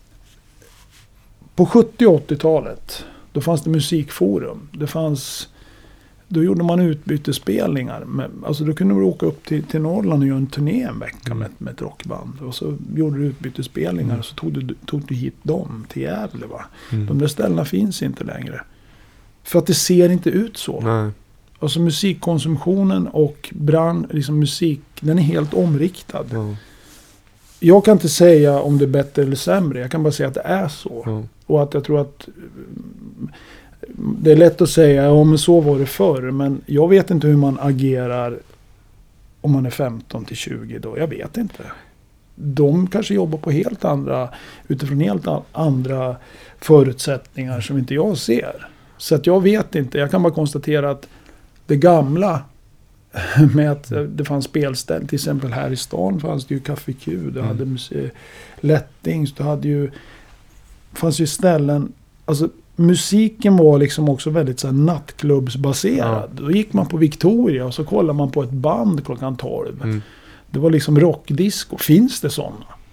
Speaker 3: på 70- och 80-talet då fanns det musikforum. Då gjorde man utbytesspelningar. Alltså då kunde du åka upp till Norrland och göra en turné en vecka med ett rockband. Och så gjorde du utbytesspelningar och så tog du hit dem till Gävle. De där ställena finns inte längre. För att det ser inte ut så.
Speaker 1: Nej.
Speaker 3: Alltså musikkonsumtionen och liksom musik, den är helt omriktad. Jag kan inte säga om det är bättre eller sämre. Jag kan bara säga att det är så. Och att jag tror att det är lätt att säga, ja men så var det förr. Men jag vet inte hur man agerar om man är 15-20 då. Jag vet inte. De kanske jobbar på utifrån helt andra förutsättningar som inte jag ser. Så att jag vet inte. Jag kan bara konstatera att det gamla med att det fanns spelställ, till exempel här i stan fanns det ju Café Q, det hade Lättings, fanns ju ställen, alltså musiken var liksom också väldigt så här nattklubbsbaserad. Då gick man på Victoria och så kollade man på ett band klockan 12. Det var liksom rockdisco. Finns det sådana?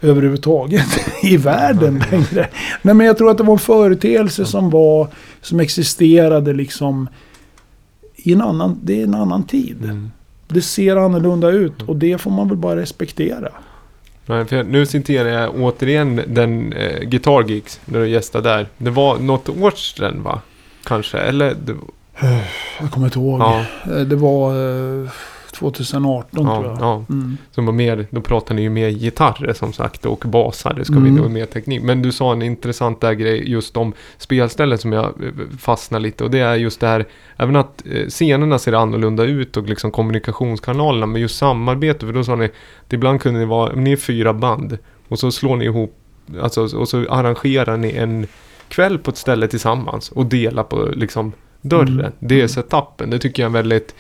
Speaker 3: överhuvudtaget i världen längre. Nej, men jag tror att det var en företeelse som existerade liksom det är en annan tid. Det ser annorlunda ut och det får man väl bara respektera.
Speaker 1: Nej, för nu citerar jag återigen den Guitar Geeks när du gästade där. Det var något år sedan, va? Kanske, eller?
Speaker 3: Jag kommer inte ihåg.
Speaker 1: Ja.
Speaker 3: Det var 2018 tror jag.
Speaker 1: Ja. Som var mer, då pratar ni ju mer gitarrer som sagt och basar, det ska vi nog mer teknik. Men du sa en intressant där grej just om spelställen som jag fastnar lite, och det är just det här, även att scenerna ser annorlunda ut och liksom kommunikationskanalerna, men just samarbete, för då sa ni att ibland kunde ni vara, ni är 4 band och så slår ni ihop, alltså, och så arrangerar ni en kväll på ett ställe tillsammans och delar på liksom dörren. Det är setupen, det tycker jag är väldigt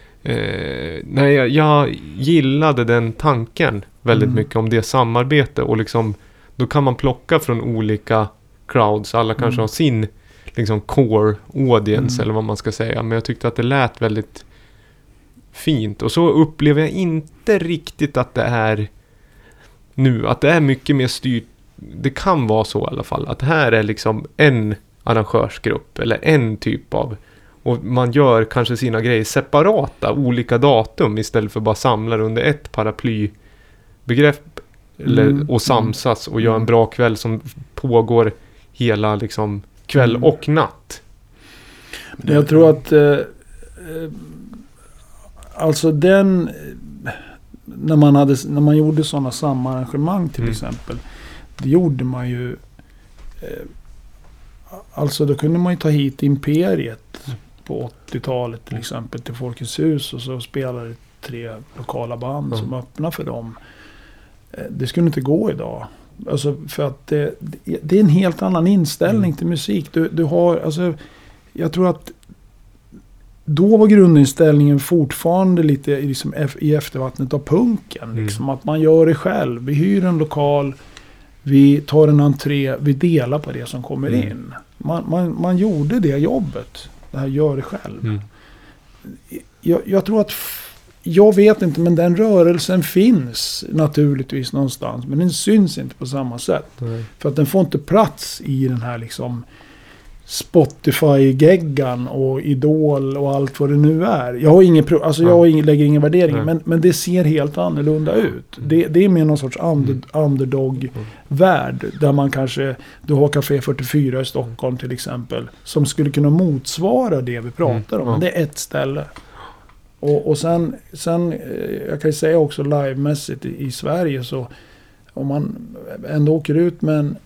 Speaker 1: jag gillade den tanken väldigt mycket om det samarbete, och liksom då kan man plocka från olika crowds, alla kanske har sin liksom core audience eller vad man ska säga, men jag tyckte att det lät väldigt fint, och så upplever jag inte riktigt att det är nu, att det är mycket mer styrt. Det kan vara så i alla fall, att här är liksom en arrangörsgrupp eller en typ av, och man gör kanske sina grejer separata, olika datum, istället för bara samlar under ett paraplybegrepp och samsas och gör en bra kväll som pågår hela liksom kväll och natt.
Speaker 3: Men jag tror att alltså den när man gjorde sådana samarrangemang till exempel, det gjorde man ju alltså då kunde man ju ta hit Imperiet på 80-talet till exempel till Folkets hus, och så spelade 3 lokala band som öppnade för dem. Det skulle inte gå idag. Alltså för att det är en helt annan inställning till musik. Du har, alltså, jag tror att då var grundinställningen fortfarande lite liksom i eftervattnet av punken. Liksom, att man gör det själv. Vi hyr en lokal, vi tar en entré, vi delar på det som kommer in. Man gjorde det jobbet. Det här gör det själv. Jag tror att jag vet inte, men den rörelsen finns naturligtvis någonstans, men den syns inte på samma sätt. För att den får inte plats i den här liksom Spotify-geggan och Idol och allt vad det nu är. Jag har lägger ingen värdering, men det ser helt annorlunda ut. Det är mer någon sorts underdog-värld där man kanske, du har Café 44 i Stockholm till exempel, som skulle kunna motsvara det vi pratar om. Men det är ett ställe. Och sen jag kan ju säga också livemässigt i Sverige, så om man ändå åker ut med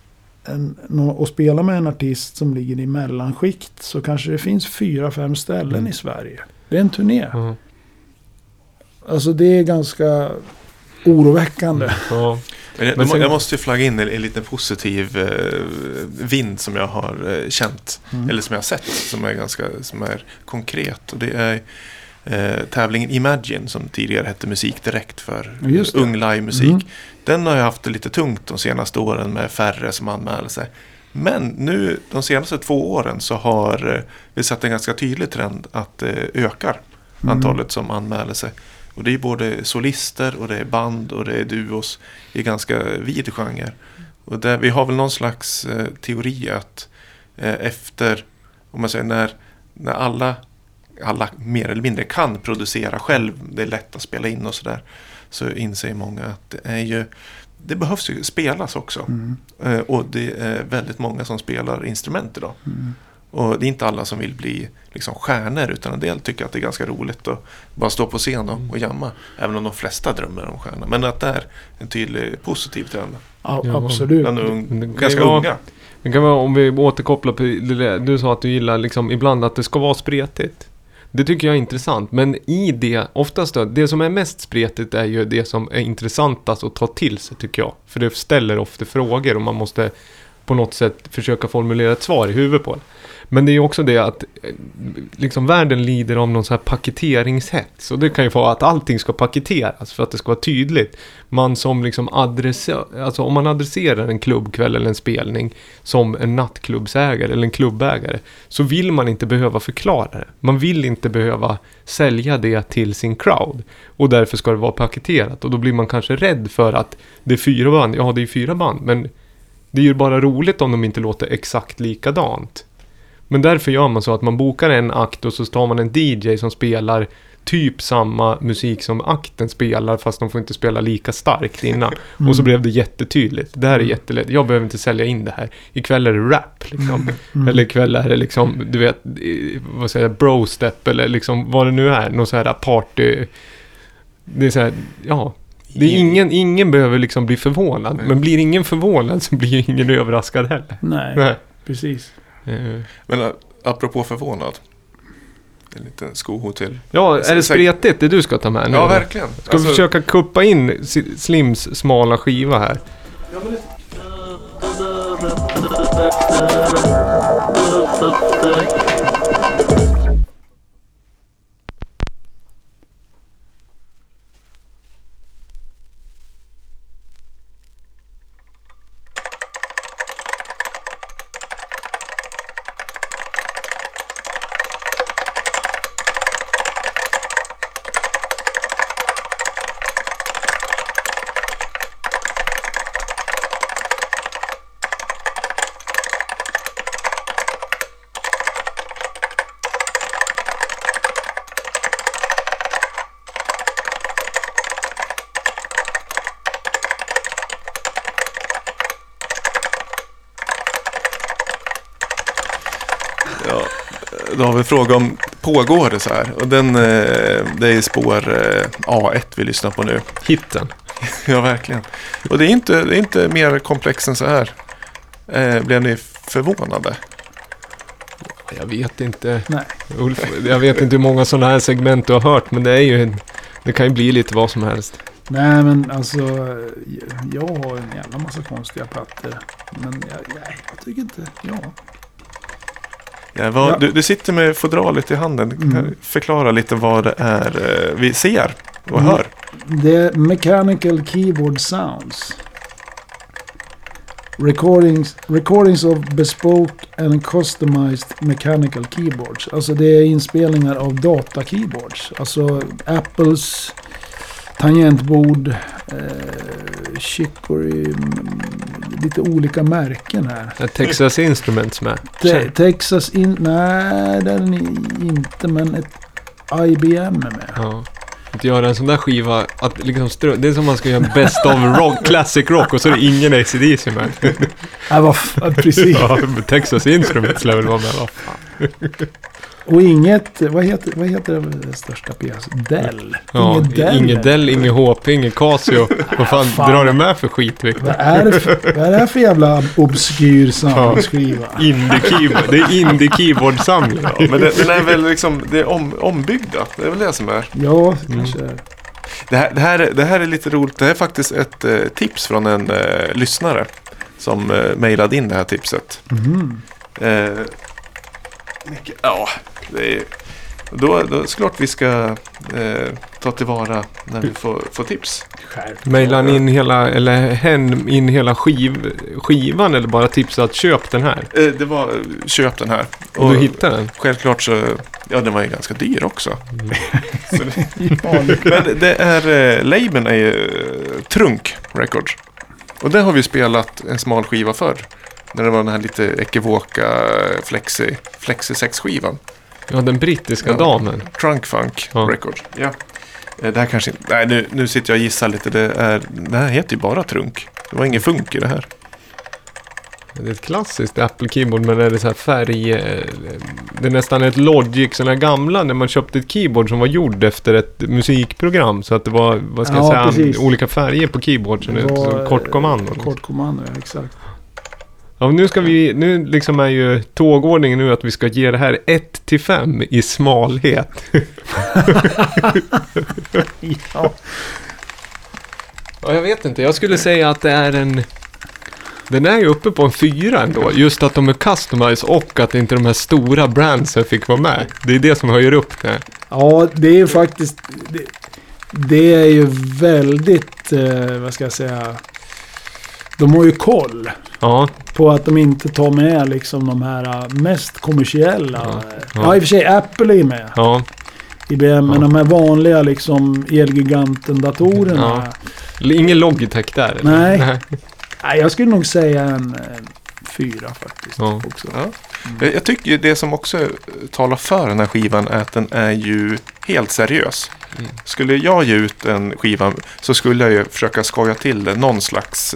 Speaker 3: och spelar med en artist som ligger i mellanskikt, så kanske det finns 4-5 ställen i Sverige. Det är en turné. Alltså det är ganska oroväckande.
Speaker 2: Men jag måste ju flagga in en liten positiv vind som jag har känt, eller som jag har sett, som är konkret, och det är tävlingen Imagine som tidigare hette Musik Direkt för ung live-musik. Den har jag haft det lite tungt de senaste åren med färre som anmäler sig. Men nu de senaste 2 åren så har vi sett en ganska tydlig trend att det ökar antalet som anmäler sig. Och det är både solister och det är band och det är duos i ganska vid genre. Och där, vi har väl någon slags teori att efter, om man säger när alla mer eller mindre kan producera själv, det är lätt att spela in och sådär, så inser många att det behövs ju spelas också. Och det är väldigt många som spelar instrument idag. Och det är inte alla som vill bli liksom stjärnor, utan en del tycker att det är ganska roligt att bara stå på scen och jamma, även om de flesta drömmer om stjärnor. Men att det är en tydlig positiv trend.
Speaker 3: Absolut.
Speaker 2: Ganska unga.
Speaker 1: Det kan vara, om vi återkopplar på det, du sa att du gillar liksom ibland att det ska vara spretigt. Det tycker jag är intressant, men i det, oftast då, det som är mest spretigt är ju det som är intressantast att ta till sig, tycker jag. För det ställer ofta frågor och man måste på något sätt försöka formulera ett svar i huvudet på det. Men det är ju också det att liksom världen lider av någon så här paketeringshets. Och det kan ju vara att allting ska paketeras för att det ska vara tydligt. Man som liksom alltså om man adresserar en klubbkväll eller en spelning som en nattklubbsägare eller en klubbägare, så vill man inte behöva förklara det. Man vill inte behöva sälja det till sin crowd. Och därför ska det vara paketerat. Och då blir man kanske rädd för att det är 4 band. Ja, det är 4 band. Men det är ju bara roligt om de inte låter exakt likadant. Men därför gör man så att man bokar en akt och så tar man en DJ som spelar typ samma musik som akten spelar, fast de får inte spela lika starkt innan. Och så blev det jättetydligt. Det här är jättelätt. Jag behöver inte sälja in det här. Ikväll är det rap liksom. Eller ikväll är det liksom, du vet, vad säger jag, bro-step eller liksom vad det nu är. Någon så här party. Det är så här, ja. Det är ingen behöver liksom bli förvånad. Men blir ingen förvånad så blir ingen överraskad heller.
Speaker 3: Nej. Precis.
Speaker 2: Men apropå förvånad. En liten skoho till.
Speaker 1: Ja, är det spretigt det du ska ta med nu?
Speaker 2: Ja, verkligen.
Speaker 1: Ska vi försöka kuppa in Slims smala skiva här?
Speaker 3: Ja, men
Speaker 2: Då har vi fråga om pågår det så här. Och det är spår A1 vi lyssnar på nu.
Speaker 1: Hitten.
Speaker 2: Ja, verkligen. Och det är inte mer komplext än så här. Blev ni förvånade?
Speaker 1: Jag vet inte.
Speaker 3: Nej.
Speaker 1: Ulf, jag vet inte hur många sådana här segment du har hört, men det kan ju bli lite vad som helst.
Speaker 3: Nej, men alltså jag har en jävla massa konstiga plattor. Men jag tycker inte,
Speaker 2: Du sitter med fodralet i handen. Förklara lite vad det är vi ser och hör.
Speaker 3: Det är Mechanical Keyboard Sounds. Recordings of bespoke and customized mechanical keyboards. Alltså det är inspelningar av datakeyboards. Alltså Apples tangentbord, Chicory, lite olika märken här.
Speaker 1: Texas Instruments med.
Speaker 3: Texas nej, det är den inte, men ett IBM är med.
Speaker 1: Ja. Att göra en sån där skiva, att liksom det är som man ska göra best of rock, classic rock, och så är det ingen AC/DC med.
Speaker 3: Ja, precis.
Speaker 1: Ja, Texas Instruments lär väl vara med, vad fan.
Speaker 3: Och inget, vad heter det största PS? Dell.
Speaker 1: Ja, inget Dell, inget HP, inget Casio. Vad fan drar du med för skit, Victor?
Speaker 3: Vad är det för jävla obskyr samlingsskiva?
Speaker 2: Indie-keyboard. Det är indie-keyboard-samling. Ja, men den är väl liksom, det är ombyggda. Det är väl det som är.
Speaker 3: Ja, kanske är.
Speaker 2: Det här är lite roligt. Det här är faktiskt ett tips från en lyssnare som mejlade in det här tipset. Ja, det är, då såklart vi ska ta tillvara när vi får tips.
Speaker 1: Mejlar in hela skivan eller bara tipsa att köp den här?
Speaker 2: Det var köp den här.
Speaker 1: Och du hittade den?
Speaker 2: Självklart så, ja, den var ju ganska dyr också. Men det är, labeln är ju Trunk Records. Och där har vi spelat en smal skiva förr. När det var den här lite ekivoka Flexi 6-skivan.
Speaker 1: Ja, den brittiska damen.
Speaker 2: Trunk Funk Records. Ja. Det här kanske inte... Nej, nu sitter jag och gissar lite. Det här heter ju bara Trunk. Det var ingen funk i det här.
Speaker 1: Det är ett klassiskt Apple Keyboard, men det är så här färg... Det är nästan ett Logic, sådana gamla, när man köpte ett keyboard som var gjord efter ett musikprogram. Så att det var, vad ska jag säga, precis, olika färger på keyboard. Så det var kort kommando.
Speaker 3: Kort kommando, ja, exakt.
Speaker 1: Ja, nu liksom är ju tågordningen nu att vi ska ge det här 1-5 i smalhet. Ja, jag vet inte. Jag skulle säga att det är en Den är ju uppe på en 4 ändå. Just att de är customized och att inte de här stora brandsen fick vara med. Det är det som höjer upp det.
Speaker 3: Ja, det är ju faktiskt... Det är ju väldigt... vad ska jag säga... De har ju koll på att de inte tar med liksom de här mest kommersiella. Ja, i och för sig Apple är med.
Speaker 1: Ja.
Speaker 3: IBM, men de här vanliga liksom Elgiganten-datorerna.
Speaker 1: Ja. Ingen Logitech där? Eller?
Speaker 3: Nej, jag skulle nog säga en 4 faktiskt.
Speaker 1: Ja.
Speaker 3: Också.
Speaker 2: Ja. Jag tycker det som också talar för den här skivan är att den är ju helt seriös. Skulle jag ge ut en skiva så skulle jag ju försöka skoja till det. Någon slags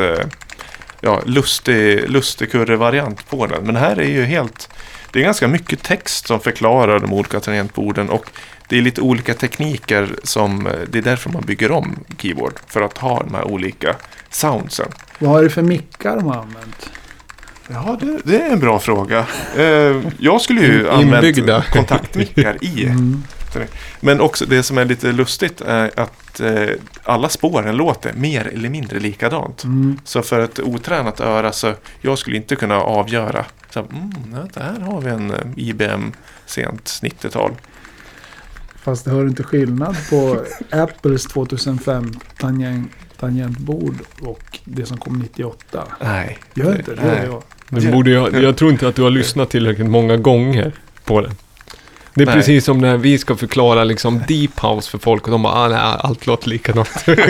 Speaker 2: lustig kurre-variant på den. Men det här är ju helt... Det är ganska mycket text som förklarar de olika tangentborden och det är lite olika tekniker som... Det är därför man bygger om keyboard. För att ha de här olika soundsen.
Speaker 3: Vad är det för mickar de har använt?
Speaker 2: Ja, det är en bra fråga. Jag skulle ju använda kontaktmickar i. Men också det som är lite lustigt är att alla spåren låter mer eller mindre likadant. Så för ett otränat öra så jag skulle inte kunna avgöra. Så, där har vi en IBM sent 90-tal.
Speaker 3: Fast det hör inte skillnad på Apples 2005 tangentbord och det som kom 98.
Speaker 2: Nej.
Speaker 3: Gör inte det?
Speaker 1: Jag tror inte att du har lyssnat tillräckligt många gånger på det. Det är precis som när vi ska förklara liksom deep house för folk och de bara, allt låter likadant.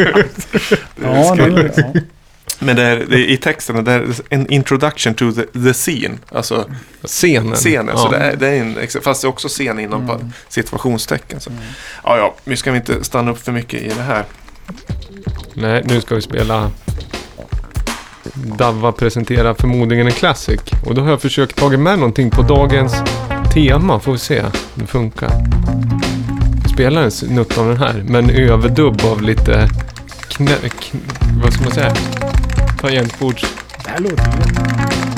Speaker 2: Men det är i texten det är en introduction to the scene, alltså scenen.
Speaker 1: Ja.
Speaker 2: Så det är en, fast det är också scen inom situationstecken. Så. Ja, nu ska vi inte stanna upp för mycket i det här.
Speaker 1: Nej, nu ska vi spela Davva presenterar förmodligen en classic. Och då har jag försökt ta med någonting på dagens tema, får vi se om det funkar. Jag spelar en snutt av den här, men överdubb av lite vad ska man säga? Tangentbords.
Speaker 3: Det här låter ju.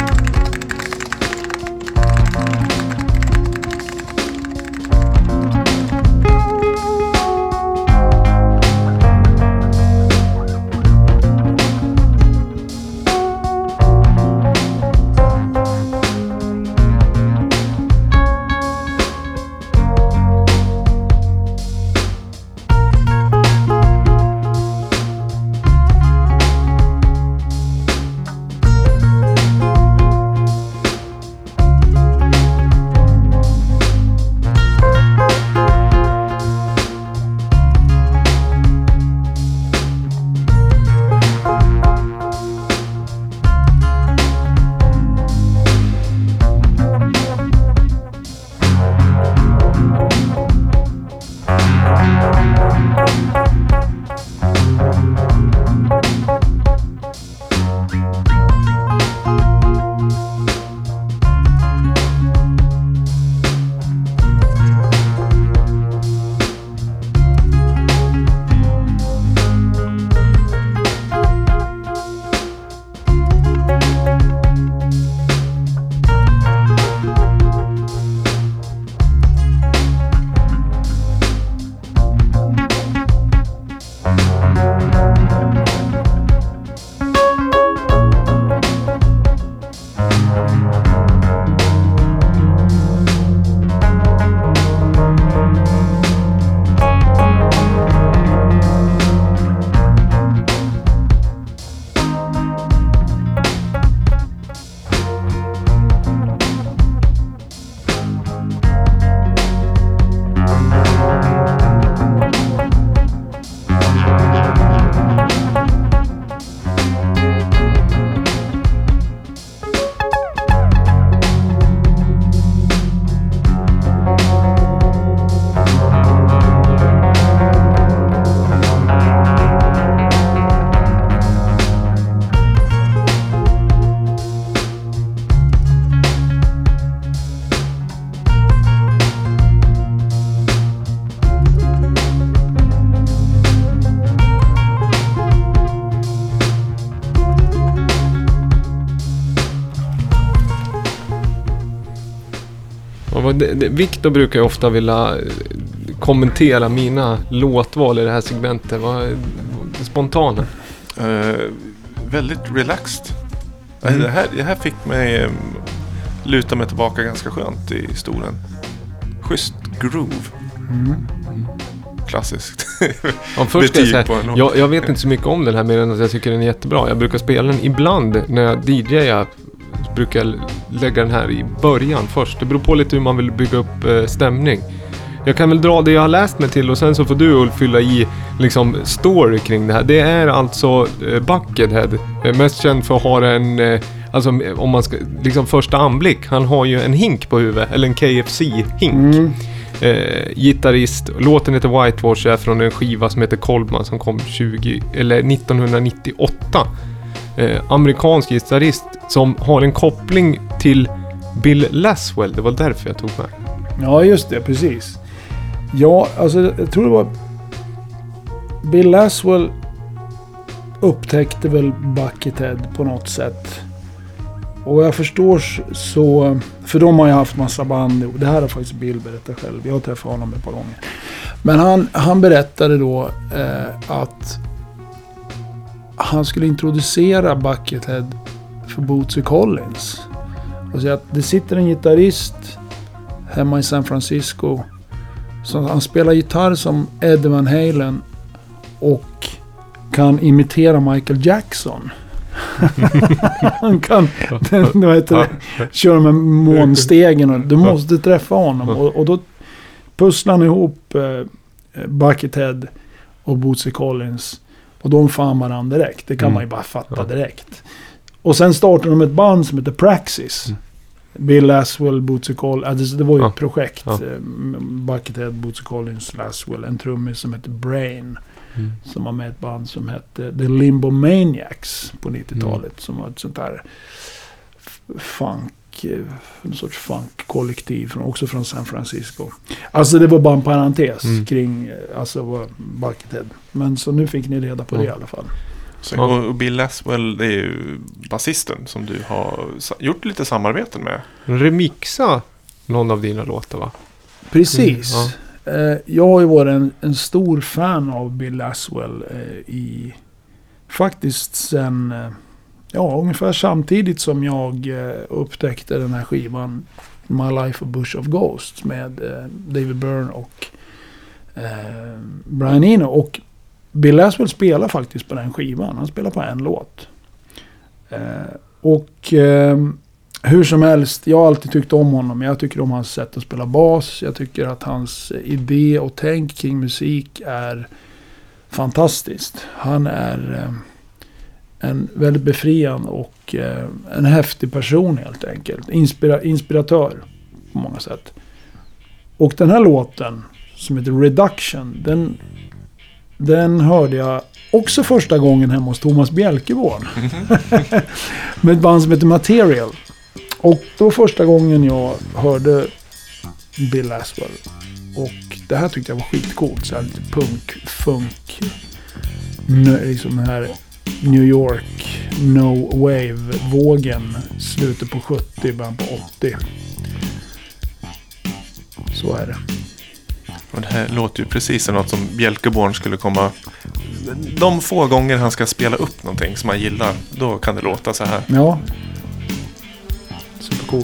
Speaker 1: Victor brukar ju ofta vilja kommentera mina låtval i det här segmentet. Vad är spontana?
Speaker 2: Väldigt relaxed. Det här fick mig luta mig tillbaka ganska skönt i stolen. Schysst groove. Klassiskt.
Speaker 1: Först ska jag säga, jag vet inte så mycket om den här, mer än att jag tycker den är jättebra. Jag brukar spela den ibland när jag DJar. Brukar lägga den här i början först. Det beror på lite hur man vill bygga upp stämning. Jag kan väl dra det jag har läst mig till och sen så får du Ulf fylla i liksom story kring det här. Det är alltså Buckethead, mest känd för att ha en alltså om man ska liksom första anblick, han har ju en hink på huvudet, eller en KFC-hink. Gitarrist, låten heter Whitewash, är från en skiva som heter Coldman som kom 1998. Amerikansk gitarrist som har en koppling till Bill Laswell. Det var därför jag tog med.
Speaker 3: Ja, just det, precis. Ja, alltså jag tror det var Bill Laswell upptäckte väl Buckethead på något sätt. Och jag förstår så, för de har ju haft massa band. Det här har faktiskt Bill berättat själv. Jag har träffat honom ett par gånger. Men han berättade då att han skulle introducera Buckethead för Bootsy Collins. Och så att det sitter en gitarrist hemma i San Francisco. Så han spelar gitarr som Ed Van Halen och kan imitera Michael Jackson. Han kan köra med månstegen och du måste träffa honom. Och då pusslar han ihop Buckethead och Bootsy Collins. Och de fann varandra direkt. Det kan man ju bara fatta direkt. Och sen startade de ett band som heter Praxis. Bill Laswell, Bootsy Collins. Det var ju ett projekt. Buckethead, Bootsy Collins, Laswell. En trummis som heter Brain. Som var med ett band som hette The Limbo Maniacs på 90-talet. Som var ett sånt där en sorts funk-kollektiv. Också från San Francisco. Alltså det var bara en parentes kring Buckethead. Men så nu fick ni reda på det i alla fall.
Speaker 2: Så, och Bill Laswell, det är ju basisten som du har gjort lite samarbeten med.
Speaker 1: Remixa någon av dina låtar, va?
Speaker 3: Precis. Jag har ju varit en stor fan av Bill Laswell faktiskt sen ungefär samtidigt som jag upptäckte den här skivan My Life a Bush of Ghosts med David Byrne och Brian Eno. Och Bill Laswell spelar faktiskt på den skivan. Han spelar på en låt. Hur som helst, jag har alltid tyckt om honom. Jag tycker om hans sätt att spela bas. Jag tycker att hans idé och tänk kring musik är fantastiskt. Han är en väldigt befriande och en häftig person helt enkelt. Inspiratör på många sätt. Och den här låten som heter Reduction, den hörde jag också första gången hemma hos Thomas Bjelkeborn. Med ett band som heter Material. Och då första gången jag hörde Bill Laswell. Och det här tyckte jag var skitcoolt. Så här lite punk, funk. Liksom den här New York No Wave-vågen. Slutet på 70, början på 80. Så är det.
Speaker 2: Och det här låter ju precis som något som Bjelkeborn skulle komma... De få gånger han ska spela upp någonting som han gillar, då kan det låta så här.
Speaker 3: Ja. Supercool.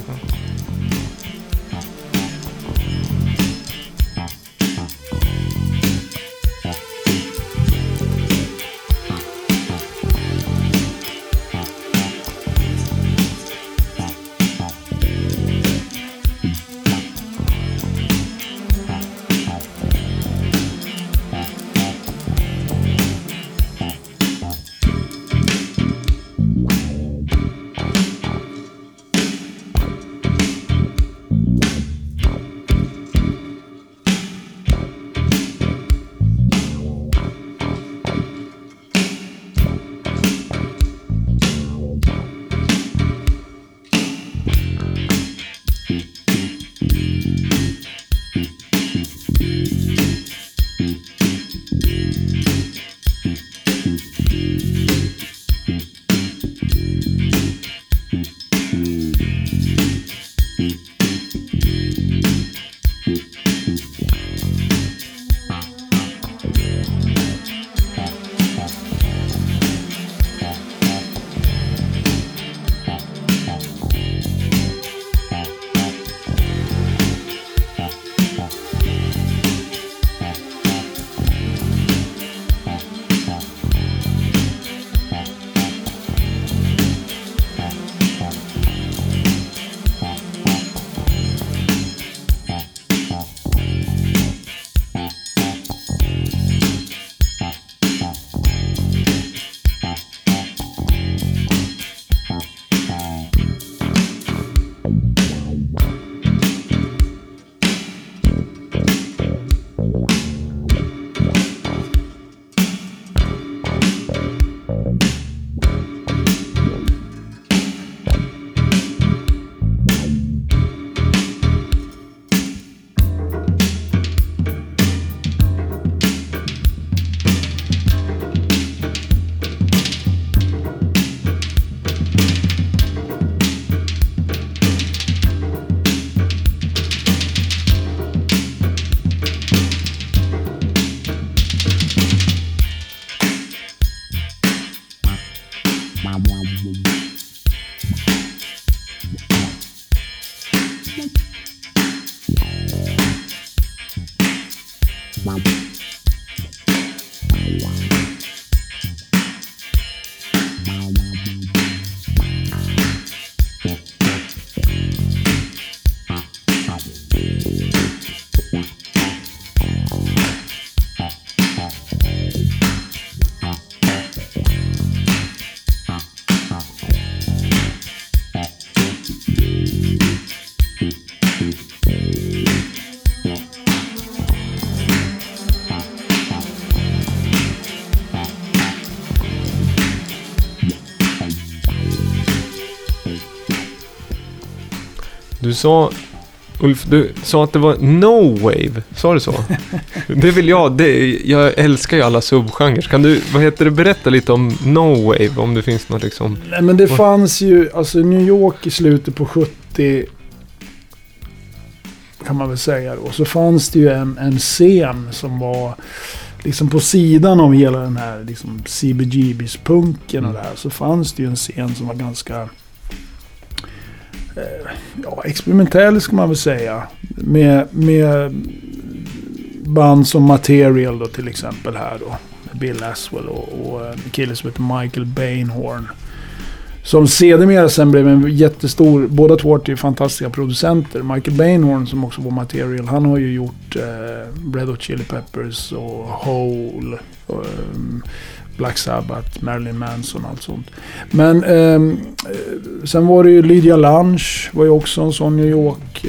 Speaker 1: Ulf, du sa att det var no wave. Sa du så? Det vill jag. Jag älskar ju alla subgenrer. Kan du, berätta lite om no wave, om det finns något liksom...
Speaker 3: Nej, men det fanns ju, alltså New York i slutet på 70 kan man väl säga. Och så fanns det ju en scen som var liksom på sidan av hela den här liksom CBGBs-punken och det här. Så fanns det ju en scen som var ganska experimentell, ska man väl säga. Med band som Material då, till exempel här då. Bill Laswell och en kille som heter Michael Bainhorn. Som sedermera sen blev en jättestor... Båda två är fantastiska producenter. Michael Bainhorn, som också var Material, han har ju gjort Red Hot Chili Peppers och Hole, och, Black Sabbath, Marilyn Manson och allt sånt. Men sen var det ju Lydia Lunch, var ju också en sån New York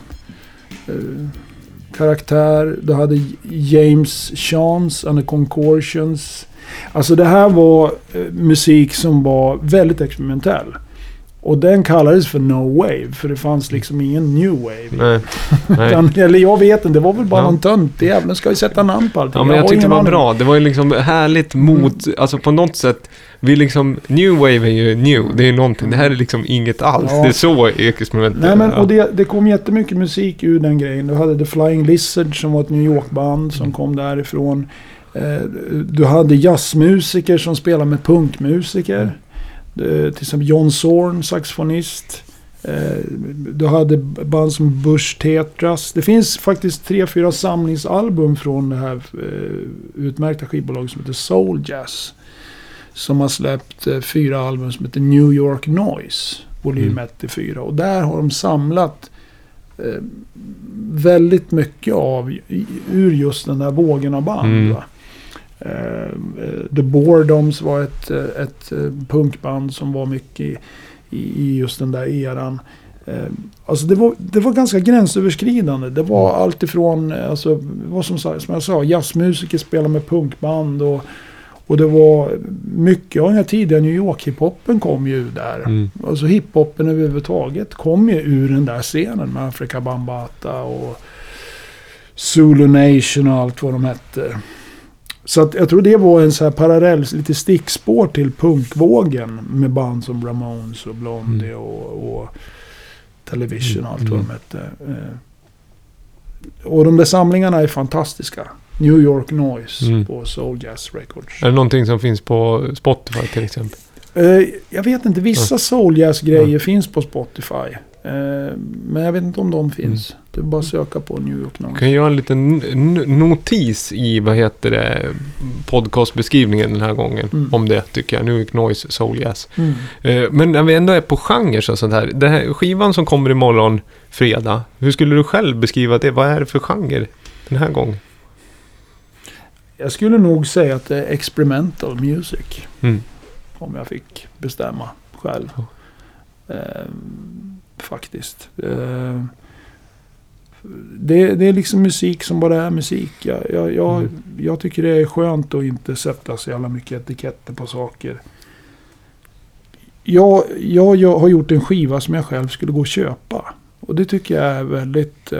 Speaker 3: karaktär. Du hade James Chance and the Concordians. Alltså det här var musik som var väldigt experimentell. Och den kallades för no wave, för det fanns liksom ingen new wave. Nej. Eller jag vet inte, det var väl bara någon tönt. Jävlar, ska vi sätta namn på allting?
Speaker 1: Ja, men jag tyckte det var bra. Det var ju liksom härligt mot, alltså på något sätt, vi liksom, new wave är ju new, det är någonting. Det här är liksom inget alls. Ja. Det är så experimentellt.
Speaker 3: Nej, men och det kom jättemycket musik ur den grejen. Du hade The Flying Lizard som var ett New York-band som kom därifrån. Du hade jazzmusiker som spelade med punkmusiker. Till exempel John Zorn, saxofonist. Du hade band som Bush Tetras. Det finns faktiskt 3-4 samlingsalbum från det här utmärkta skivbolaget som heter Soul Jazz. Som har släppt 4 album som heter New York Noise, volym 1-4. Och där har de samlat väldigt mycket av ur just den där vågen av band. Va? The Boredoms var ett punkband som var mycket i just den där eran. Alltså det var ganska gränsöverskridande. Det var allt ifrån, alltså, vad som jag sa, jazzmusiker spelade med punkband och det var mycket av den här tidiga New York hiphopen kom ju där. Alltså hiphopen överhuvudtaget kom ju ur den där scenen med Afrika Bambaataa och Zulu Nation och allt vad de hette. Så att jag tror det var en så här parallell, lite stickspår till punkvågen med band som Ramones och Blondie och Television och allt vad de hette. Och de där samlingarna är fantastiska. New York Noise på Soul Jazz Records.
Speaker 1: Är det någonting som finns på Spotify till exempel?
Speaker 3: Jag vet inte, vissa Soul Jazz-grejer finns på Spotify. Men jag vet inte om de finns. Det är bara att söka på New York Noise.
Speaker 1: Kan jag göra en liten notis i, podcastbeskrivningen den här gången om det, tycker jag. New York Noise, Soul Jazz. Men när vi ändå är på genre så sånt här. Det här skivan som kommer imorgon fredag. Hur skulle du själv beskriva det? Vad är det för genre den här gången?
Speaker 3: Jag skulle nog säga att det är experimental music. Om jag fick bestämma själv. Faktiskt. Det är liksom musik som bara är musik. Jag tycker det är skönt att inte sätta så jävla mycket etiketter på saker. Jag har gjort en skiva som jag själv skulle gå och köpa. Och det tycker jag är väldigt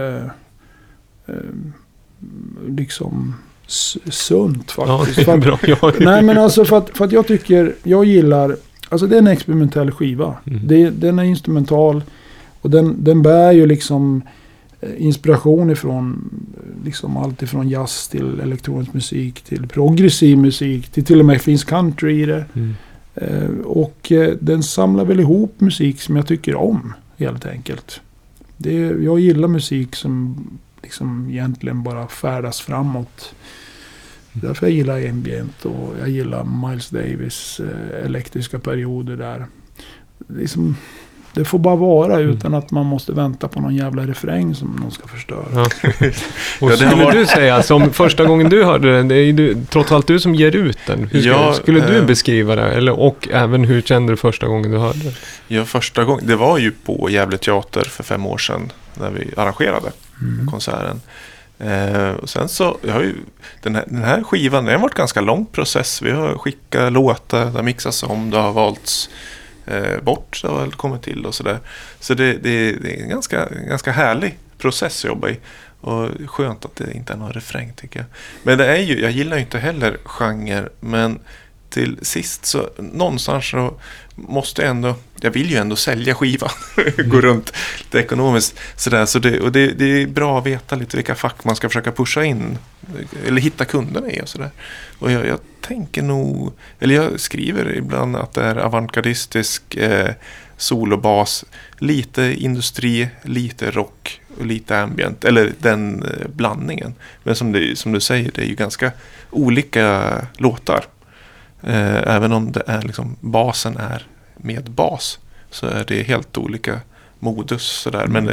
Speaker 3: liksom sunt faktiskt. Ja, det är bra. Nej, men alltså för att jag tycker, jag gillar, alltså det är en experimentell skiva. Den är instrumental och den bär ju liksom inspiration ifrån liksom allt ifrån jazz till elektronisk musik till progressiv musik till och med finns country i det. Och den samlar väl ihop musik som jag tycker om, helt enkelt. Jag gillar musik som liksom egentligen bara färdas framåt. Därför jag gillar ambient och jag gillar Miles Davis elektriska perioder där. Liksom, det får bara vara utan att man måste vänta på någon jävla refräng som någon ska förstöra. Ja.
Speaker 1: Och skulle du säga, som första gången du hörde den, det är ju trots allt du som ger ut den. Skulle du beskriva det? Och även hur kände du första gången du hörde den?
Speaker 2: Ja, första gången, det var ju på Gävle Teater för 5 år sedan när vi arrangerade konserten. Och sen så har ju den här skivan, det har varit en ganska lång process. Vi har skickat låtar, det har mixats om, det har valts bort så har kommit till och sådär. Så det är en ganska härlig process att jobba i. Och skönt att det inte är någon refräng tycker jag. Men det är ju, jag gillar ju inte heller genre, men till sist så någonstans så måste jag vill ju ändå sälja skivan, gå runt lite ekonomiskt sådär, så det är bra att veta lite vilka fack man ska försöka pusha in eller hitta kunderna i och sådär. Och jag tänker nog, eller jag skriver ibland att det är avantgardistisk solobas, lite industri, lite rock och lite ambient, eller den blandningen. Men som du säger, det är ju ganska olika låtar. Även om det är liksom, basen är med bas, så är det helt olika modus sådär. Men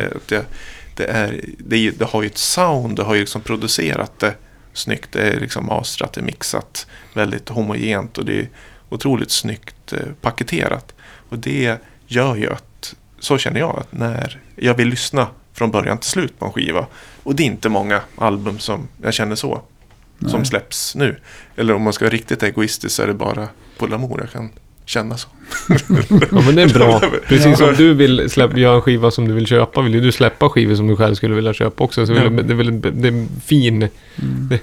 Speaker 2: det har ju ett sound, det har ju liksom producerat det snyggt, det är liksom mastrat, det är mixat väldigt homogent och det är otroligt snyggt paketerat. Och det gör ju att, så känner jag, att när jag vill lyssna från början till slut på en skiva, och det är inte många album som jag känner så. Nej. Som släpps nu. Eller om man ska vara riktigt egoistisk så är det bara på Lamour jag kan känna så.
Speaker 1: Ja, men det är bra. Precis som du vill göra en skiva som du vill köpa, vill du släppa skivor som du själv skulle vilja köpa också. Så det är en fin, det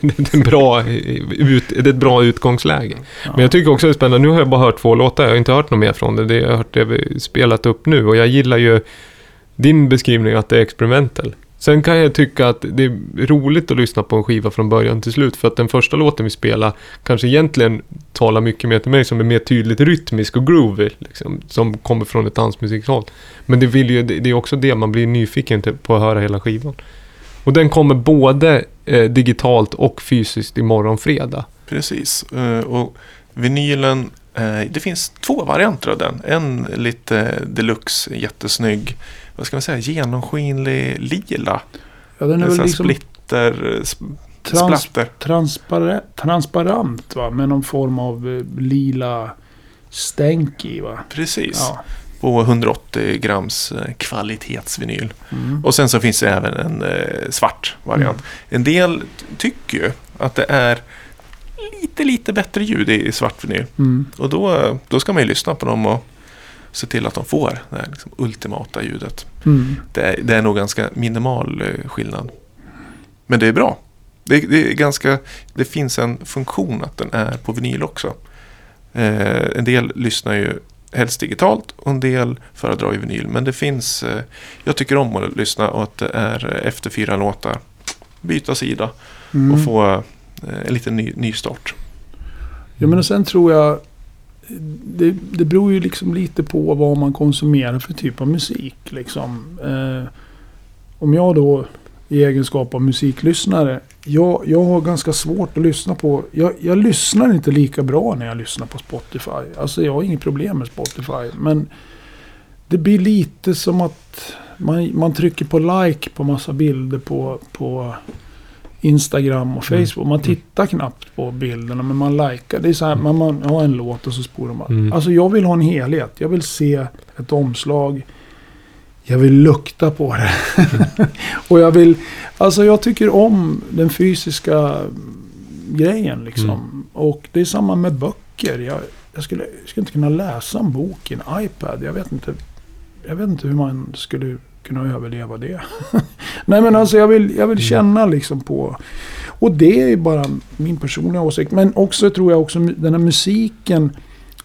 Speaker 1: är ett bra utgångsläge. Ja. Men jag tycker också det är spännande. Nu har jag bara hört 2 låtar, jag har inte hört något mer från det. Jag har hört det vi spelat upp nu, och jag gillar ju din beskrivning att det är experimental. Sen kan jag tycka att det är roligt att lyssna på en skiva från början till slut, för att den första låten vi spelar kanske egentligen talar mycket mer till mig, som är mer tydligt rytmisk och groovy liksom, som kommer från ett dansmusikhåll. Men det är också det man blir nyfiken på att höra hela skivan. Och den kommer både digitalt och fysiskt imorgon fredag.
Speaker 2: Precis. Och vinylen, det finns 2 varianter av den. En lite deluxe, jättesnygg, vad ska man säga, genomskinlig lila.
Speaker 3: Ja, den är väl liksom
Speaker 2: splatter.
Speaker 3: Transparent, va? Med någon form av lila stänk i, va?
Speaker 2: Precis. Ja. På 180 grams kvalitetsvinyl. Och sen så finns det även en svart variant. En del tycker ju att det är lite bättre ljud i svart vinyl. Och då ska man ju lyssna på dem och se till att de får det här liksom ultimata ljudet. Det är nog ganska minimal skillnad. Men det är bra. Det finns en funktion att den är på vinyl också. En del lyssnar ju helst digitalt och en del föredrar i vinyl. Men det finns, jag tycker om att lyssna och att det är efter 4 låtar byta sida och få en liten ny start.
Speaker 3: Ja, men sen tror jag det beror ju liksom lite på vad man konsumerar för typ av musik liksom. Om jag då i egenskap av musiklyssnare, jag har ganska svårt att lyssna på, jag lyssnar inte lika bra när jag lyssnar på Spotify. Alltså jag har inget problem med Spotify, men det blir lite som att man trycker på like på massa bilder på Instagram och Facebook. Man tittar knappt på bilderna, men man likar. Det är så här, man har en låt och så spolar man. Alltså jag vill ha en helhet. Jag vill se ett omslag. Jag vill lukta på det. Och jag tycker om den fysiska grejen liksom. Och det är samma med böcker. Jag skulle inte kunna läsa en bok i en iPad. Jag vet inte hur man skulle kunna överleva det. Nej, men alltså jag vill känna liksom på, och det är bara min personliga åsikt, men också tror jag också den här musiken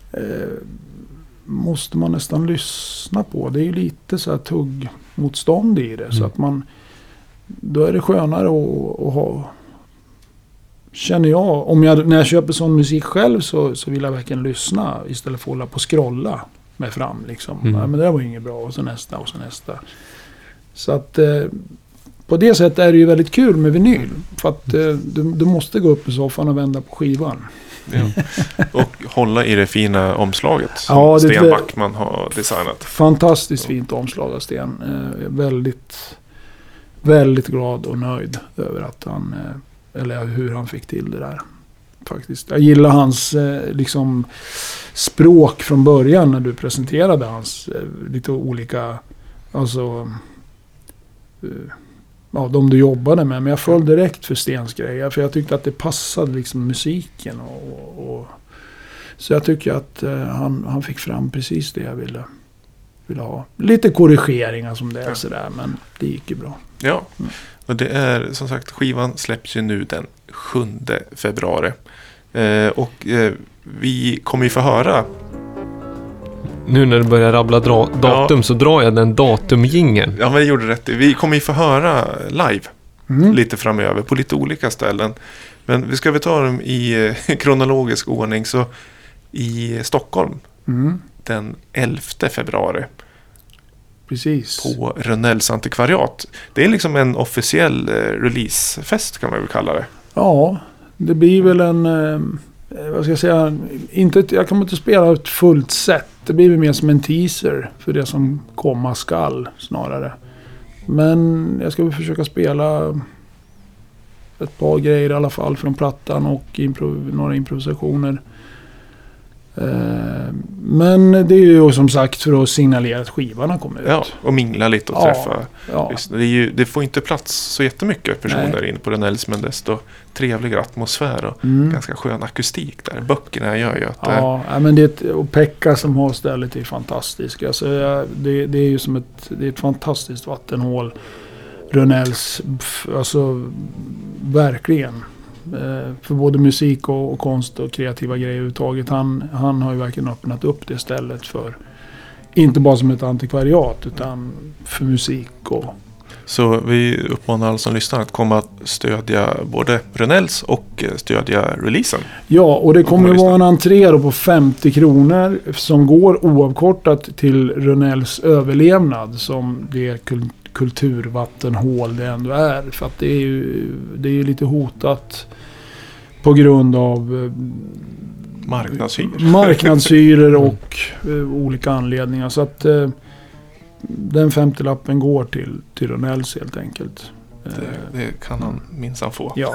Speaker 3: måste man nästan lyssna på. Det är ju lite så här tuggmotstånd i det, så att då är det skönare att ha, känner jag, när jag köper sån musik själv så vill jag verkligen lyssna istället för att hålla på och scrolla med fram liksom. Nej, men det var inget bra, och så nästa och så nästa. Så att på det sättet är det ju väldigt kul med vinyl, för att du måste gå upp i soffan och vända på skivan.
Speaker 2: Ja. Och hålla i det fina omslaget som Sten Backman har designat.
Speaker 3: Fantastiskt fint omslag av Sten. Väldigt, väldigt glad och nöjd över att eller hur han fick till det där. Faktiskt. Jag gillar hans liksom språk från början när du presenterade hans lite olika, alltså de du jobbade med, men jag föll direkt för Stens grejer, för jag tyckte att det passade liksom musiken och Så jag tycker att han fick fram precis det jag ville ha. Lite korrigeringar som det är sådär, men det gick ju bra.
Speaker 2: Ja, och det är som sagt, skivan släpps ju nu den 7 februari. Vi kommer ju få höra.
Speaker 1: Nu när du börjar rabbla datum så drar jag den datumjingeln.
Speaker 2: Ja, men det gjorde rätt. Vi kommer ju få höra live lite framöver på lite olika ställen. Men vi ska väl ta dem i kronologisk ordning. Så i Stockholm den 11 februari.
Speaker 3: Precis.
Speaker 2: På Rönnells antikvariat. Det är liksom en officiell releasefest kan man väl kalla det.
Speaker 3: Ja, det blir väl en... vad ska jag säga? Jag kommer inte spela ett fullt set. Det blir mer som en teaser för det som komma skall snarare. Men jag ska väl försöka spela ett par grejer i alla fall från plattan och några improvisationer. Men det är ju som sagt för att signalera att skivan har kommit ut.
Speaker 2: Ja, och mingla lite och träffa.
Speaker 3: Ja.
Speaker 2: Det får inte plats så jättemycket personer in på Rönnells, men desto trevligare atmosfär och ganska skön akustik där. Böckerna gör ju att...
Speaker 3: Ja, men och Pekka som har stället är fantastisk. Alltså, det är ju som ett fantastiskt vattenhål. Rönnells, alltså verkligen. För både musik och konst och kreativa grejer överhuvudtaget. Han har ju verkligen öppnat upp det stället för inte bara som ett antikvariat utan för musik och...
Speaker 2: Så vi uppmanar alla som lyssnar att komma att stödja både Rönnells och stödja releasen.
Speaker 3: Ja, och det kommer att vara en entré då på 50 kronor som går oavkortat till Rönnells överlevnad som det kulturvattenhål det ändå är. För att det är ju lite hotat på grund av marknadshyror och olika anledningar. Så att den 50-lappen går till Rönnells helt enkelt.
Speaker 2: Det kan han minsann få.
Speaker 3: Ja.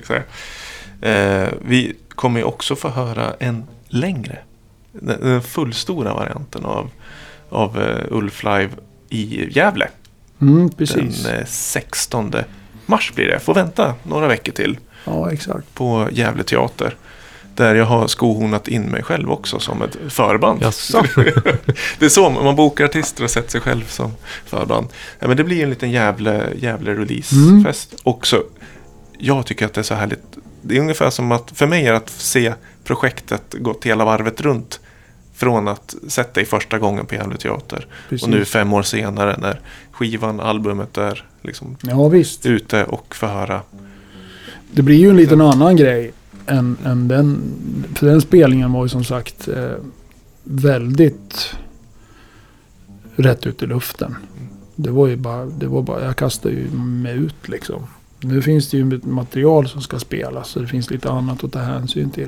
Speaker 2: Vi kommer ju också få höra en längre, den fullstora varianten av Ulf Live i Gävle.
Speaker 3: Precis.
Speaker 2: Den 16 mars blir det. Får vänta några veckor till.
Speaker 3: Ja, exakt.
Speaker 2: På Gävle teater. Där jag har skohornat in mig själv också som ett förband. Det är så man bokar artister och sätter sig själv som förband. Ja, men det blir en liten Gävle releasefest också. Jag tycker att det är så härligt. Det är ungefär som att för mig är att se projektet gått hela varvet runt. Från att sätta i första gången på Gävle teater. Precis. Och nu 5 år senare när skivan, albumet är liksom ute och få höra.
Speaker 3: Det blir ju en liten annan grej än den. För den spelningen var ju som sagt väldigt rätt ut i luften. Det var bara jag kastade ju mig ut liksom. Nu finns det ju material som ska spelas så det finns lite annat att ta hänsyn till.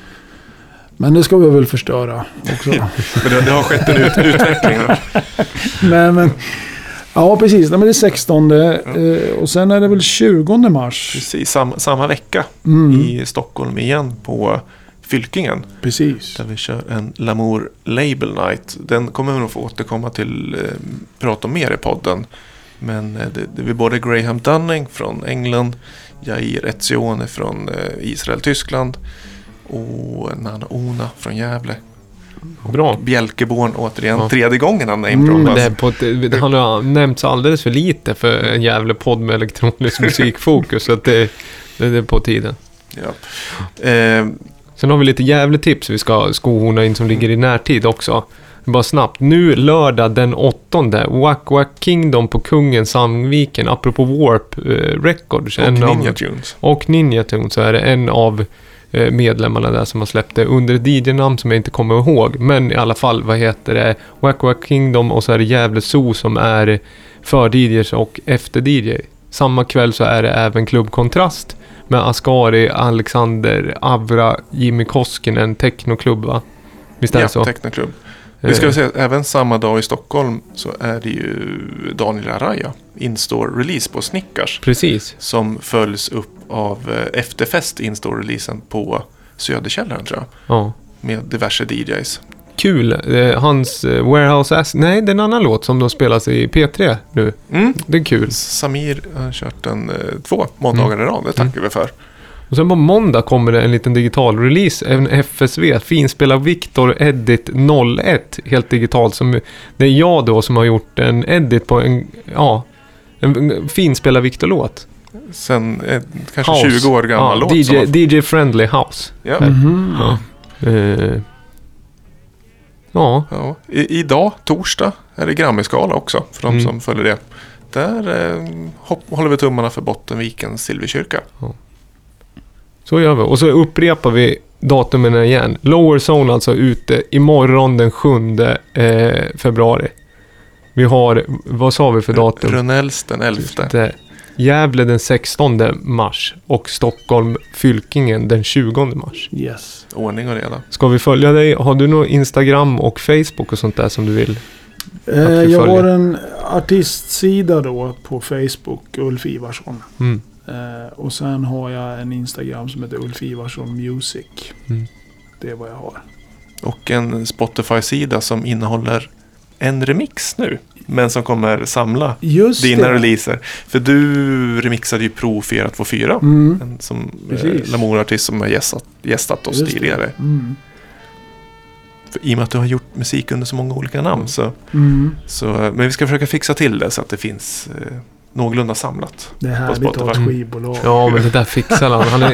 Speaker 3: Men det ska vi väl förstöra också.
Speaker 2: Men det har skett en utveckling.
Speaker 3: men ja, precis. Men det är 16. Och sen är det väl 20 mars.
Speaker 2: Precis, samma vecka i Stockholm igen på Fylkingen.
Speaker 3: Precis.
Speaker 2: Där vi kör en Lamour Label Night. Den kommer vi nog få återkomma till, prata om mer i podden. Men det är både Graham Dunning från England, Jair Etzione från Israel, Tyskland och Nana Ona från Gävle.
Speaker 1: Bra.
Speaker 2: Bjälkeborn återigen, 3:e gången han namedroppas.
Speaker 1: Han har nämnts alldeles för lite för en jävla podd med elektronisk musikfokus, så att det är på tiden.
Speaker 2: Ja.
Speaker 1: Sen har vi lite jävla tips vi ska skohorna in som ligger i närtid också. Bara snabbt. Nu lördag den 8:e Wack Wack Kingdom på Kungen Sandviken, apropå Warp Records. Och Ninja Tunes så är det en av medlemmarna där som har släppt det under ett DJ-namn som jag inte kommer ihåg, men i alla fall, vad heter det? Wack Wack Kingdom, och så är det Gävle Zoo som är för DJs och efter DJ. Samma kväll så är det även Klubb Kontrast med Askari, Alexander, Avra, Jimmy Koskinen, Technoklubb, va? Visst är det så?
Speaker 2: Technoklubb. Vi ska säga även samma dag i Stockholm så är det ju Daniel Araya in-store release på Snickars.
Speaker 1: Precis.
Speaker 2: Som följs upp av efterfest in-store releasen på Söderkällaren, tror jag.
Speaker 1: Ja.
Speaker 2: Med diverse DJs.
Speaker 1: Kul. Hans Warehouse nej, det är en annan låt som då spelas i P3 nu. Det är kul.
Speaker 2: Samir har kört 2 måndagar i rad, det tackar vi för.
Speaker 1: Och sen på måndag kommer det en liten digital release, en FSV, Finspelar Victor Edit 01, helt digitalt. Som, det är jag då som har gjort en edit på en Finspelar Victor-låt.
Speaker 2: Sen kanske
Speaker 1: House.
Speaker 2: 20 år gammal låt.
Speaker 1: DJ-friendly house.
Speaker 2: Ja.
Speaker 1: Ja.
Speaker 2: Ja. Idag, torsdag, är det Grammy-skala också för de som följer det. Där håller vi tummarna för Bottenvikens Silverkyrka.
Speaker 1: Så gör vi. Och så upprepar vi datumen igen. Lower Zone alltså ute imorgon den 7 februari. Vi har, vad sa vi för datum?
Speaker 2: Runells den 11.
Speaker 1: Gävle den 16 mars och Stockholm Fylkingen den 20 mars.
Speaker 3: Yes.
Speaker 2: Ordning och reda.
Speaker 1: Ska vi följa dig? Har du någon Instagram och Facebook och sånt där som du vill?
Speaker 3: Jag har en artistsida då på Facebook, Ulf Ivarsson. Och sen har jag en Instagram som heter Ulf Ivarsson Music. Det är vad jag har. Och
Speaker 2: en Spotify-sida som innehåller en remix nu. Men som kommer samla dina releaser. För du remixade ju Pro 424. En som Lamour-artist som har gästat oss tidigare. För i och med att du har gjort musik under så många olika namn. Men vi ska försöka fixa till det så att det finns någorlunda samlat.
Speaker 3: Det är härligt att ha ett skivbolag.
Speaker 1: Ja, men det där fixar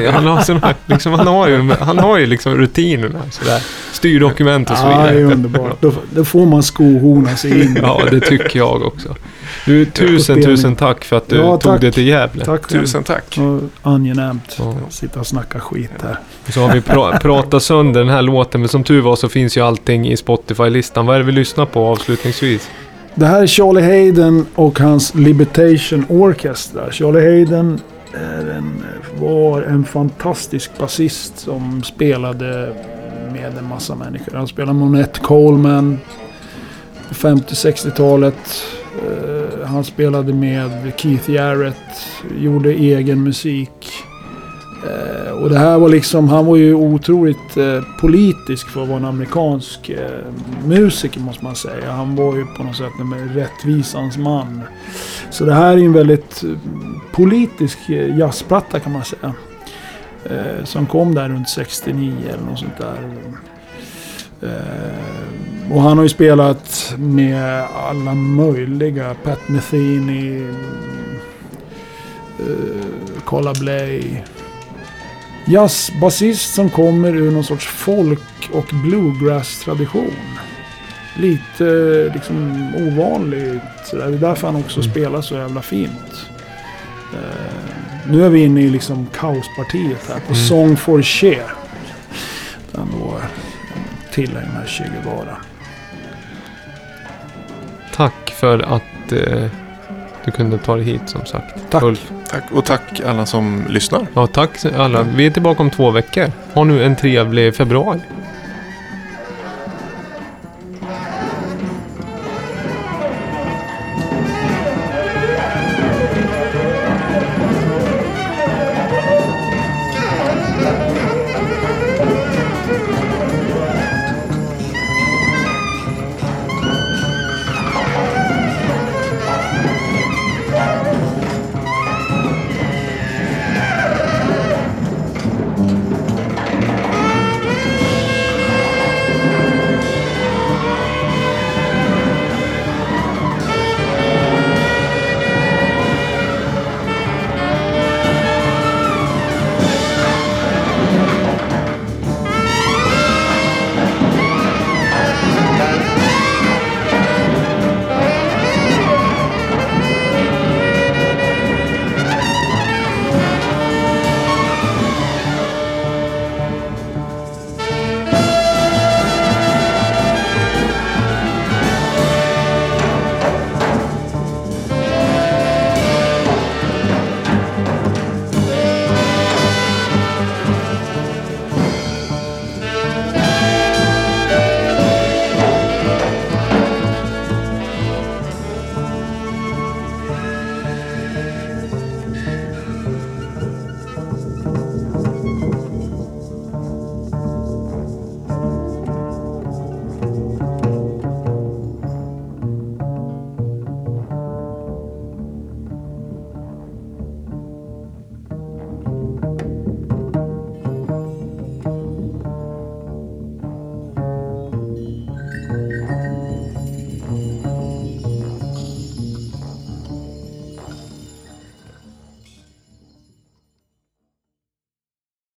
Speaker 1: han. Han har ju liksom rutinerna. Sådär. Styrdokument och så vidare.
Speaker 3: Ja, det är underbart. Då får man skohorna sig in.
Speaker 1: Ja, det tycker jag också. Du, tusen tack för att du tog det till Gävle.
Speaker 2: Tack. Tusen tack.
Speaker 3: Angenämt att sitta och snacka skit här.
Speaker 1: Så har vi pratat sönder den här låten. Men som tur var så finns ju allting i Spotify-listan. Vad är det vi lyssnar på avslutningsvis?
Speaker 3: Det här är Charlie Hayden och hans Libertation Orchestra. Charlie Hayden var en fantastisk basist som spelade med en massa människor. Han spelade med Ornette Coleman på 50-60-talet. Han spelade med Keith Jarrett, gjorde egen musik. Och det här var liksom, han var ju otroligt politisk för att vara en amerikansk musiker, måste man säga. Han var ju på något sätt en rättvisans man. Så det här är en väldigt politisk jazzplatta, kan man säga. Som kom där runt 69 eller något sånt där. Och han har ju spelat med alla möjliga, Pat Metheny, Carla Bley. Jazzbasist som kommer ur någon sorts folk- och bluegrass-tradition. Lite liksom ovanligt. Det är därför han också spelar så jävla fint. Nu är vi inne i liksom kaospartiet här på Song for Cher. Den var tillägnad Che Guevara.
Speaker 1: Tack för att du kunde ta dig hit, som sagt.
Speaker 3: Tack.
Speaker 1: Ulf.
Speaker 2: Tack. Och tack alla som lyssnar.
Speaker 1: Ja, tack alla. Vi är tillbaka om 2 veckor. Ha nu en trevlig februari.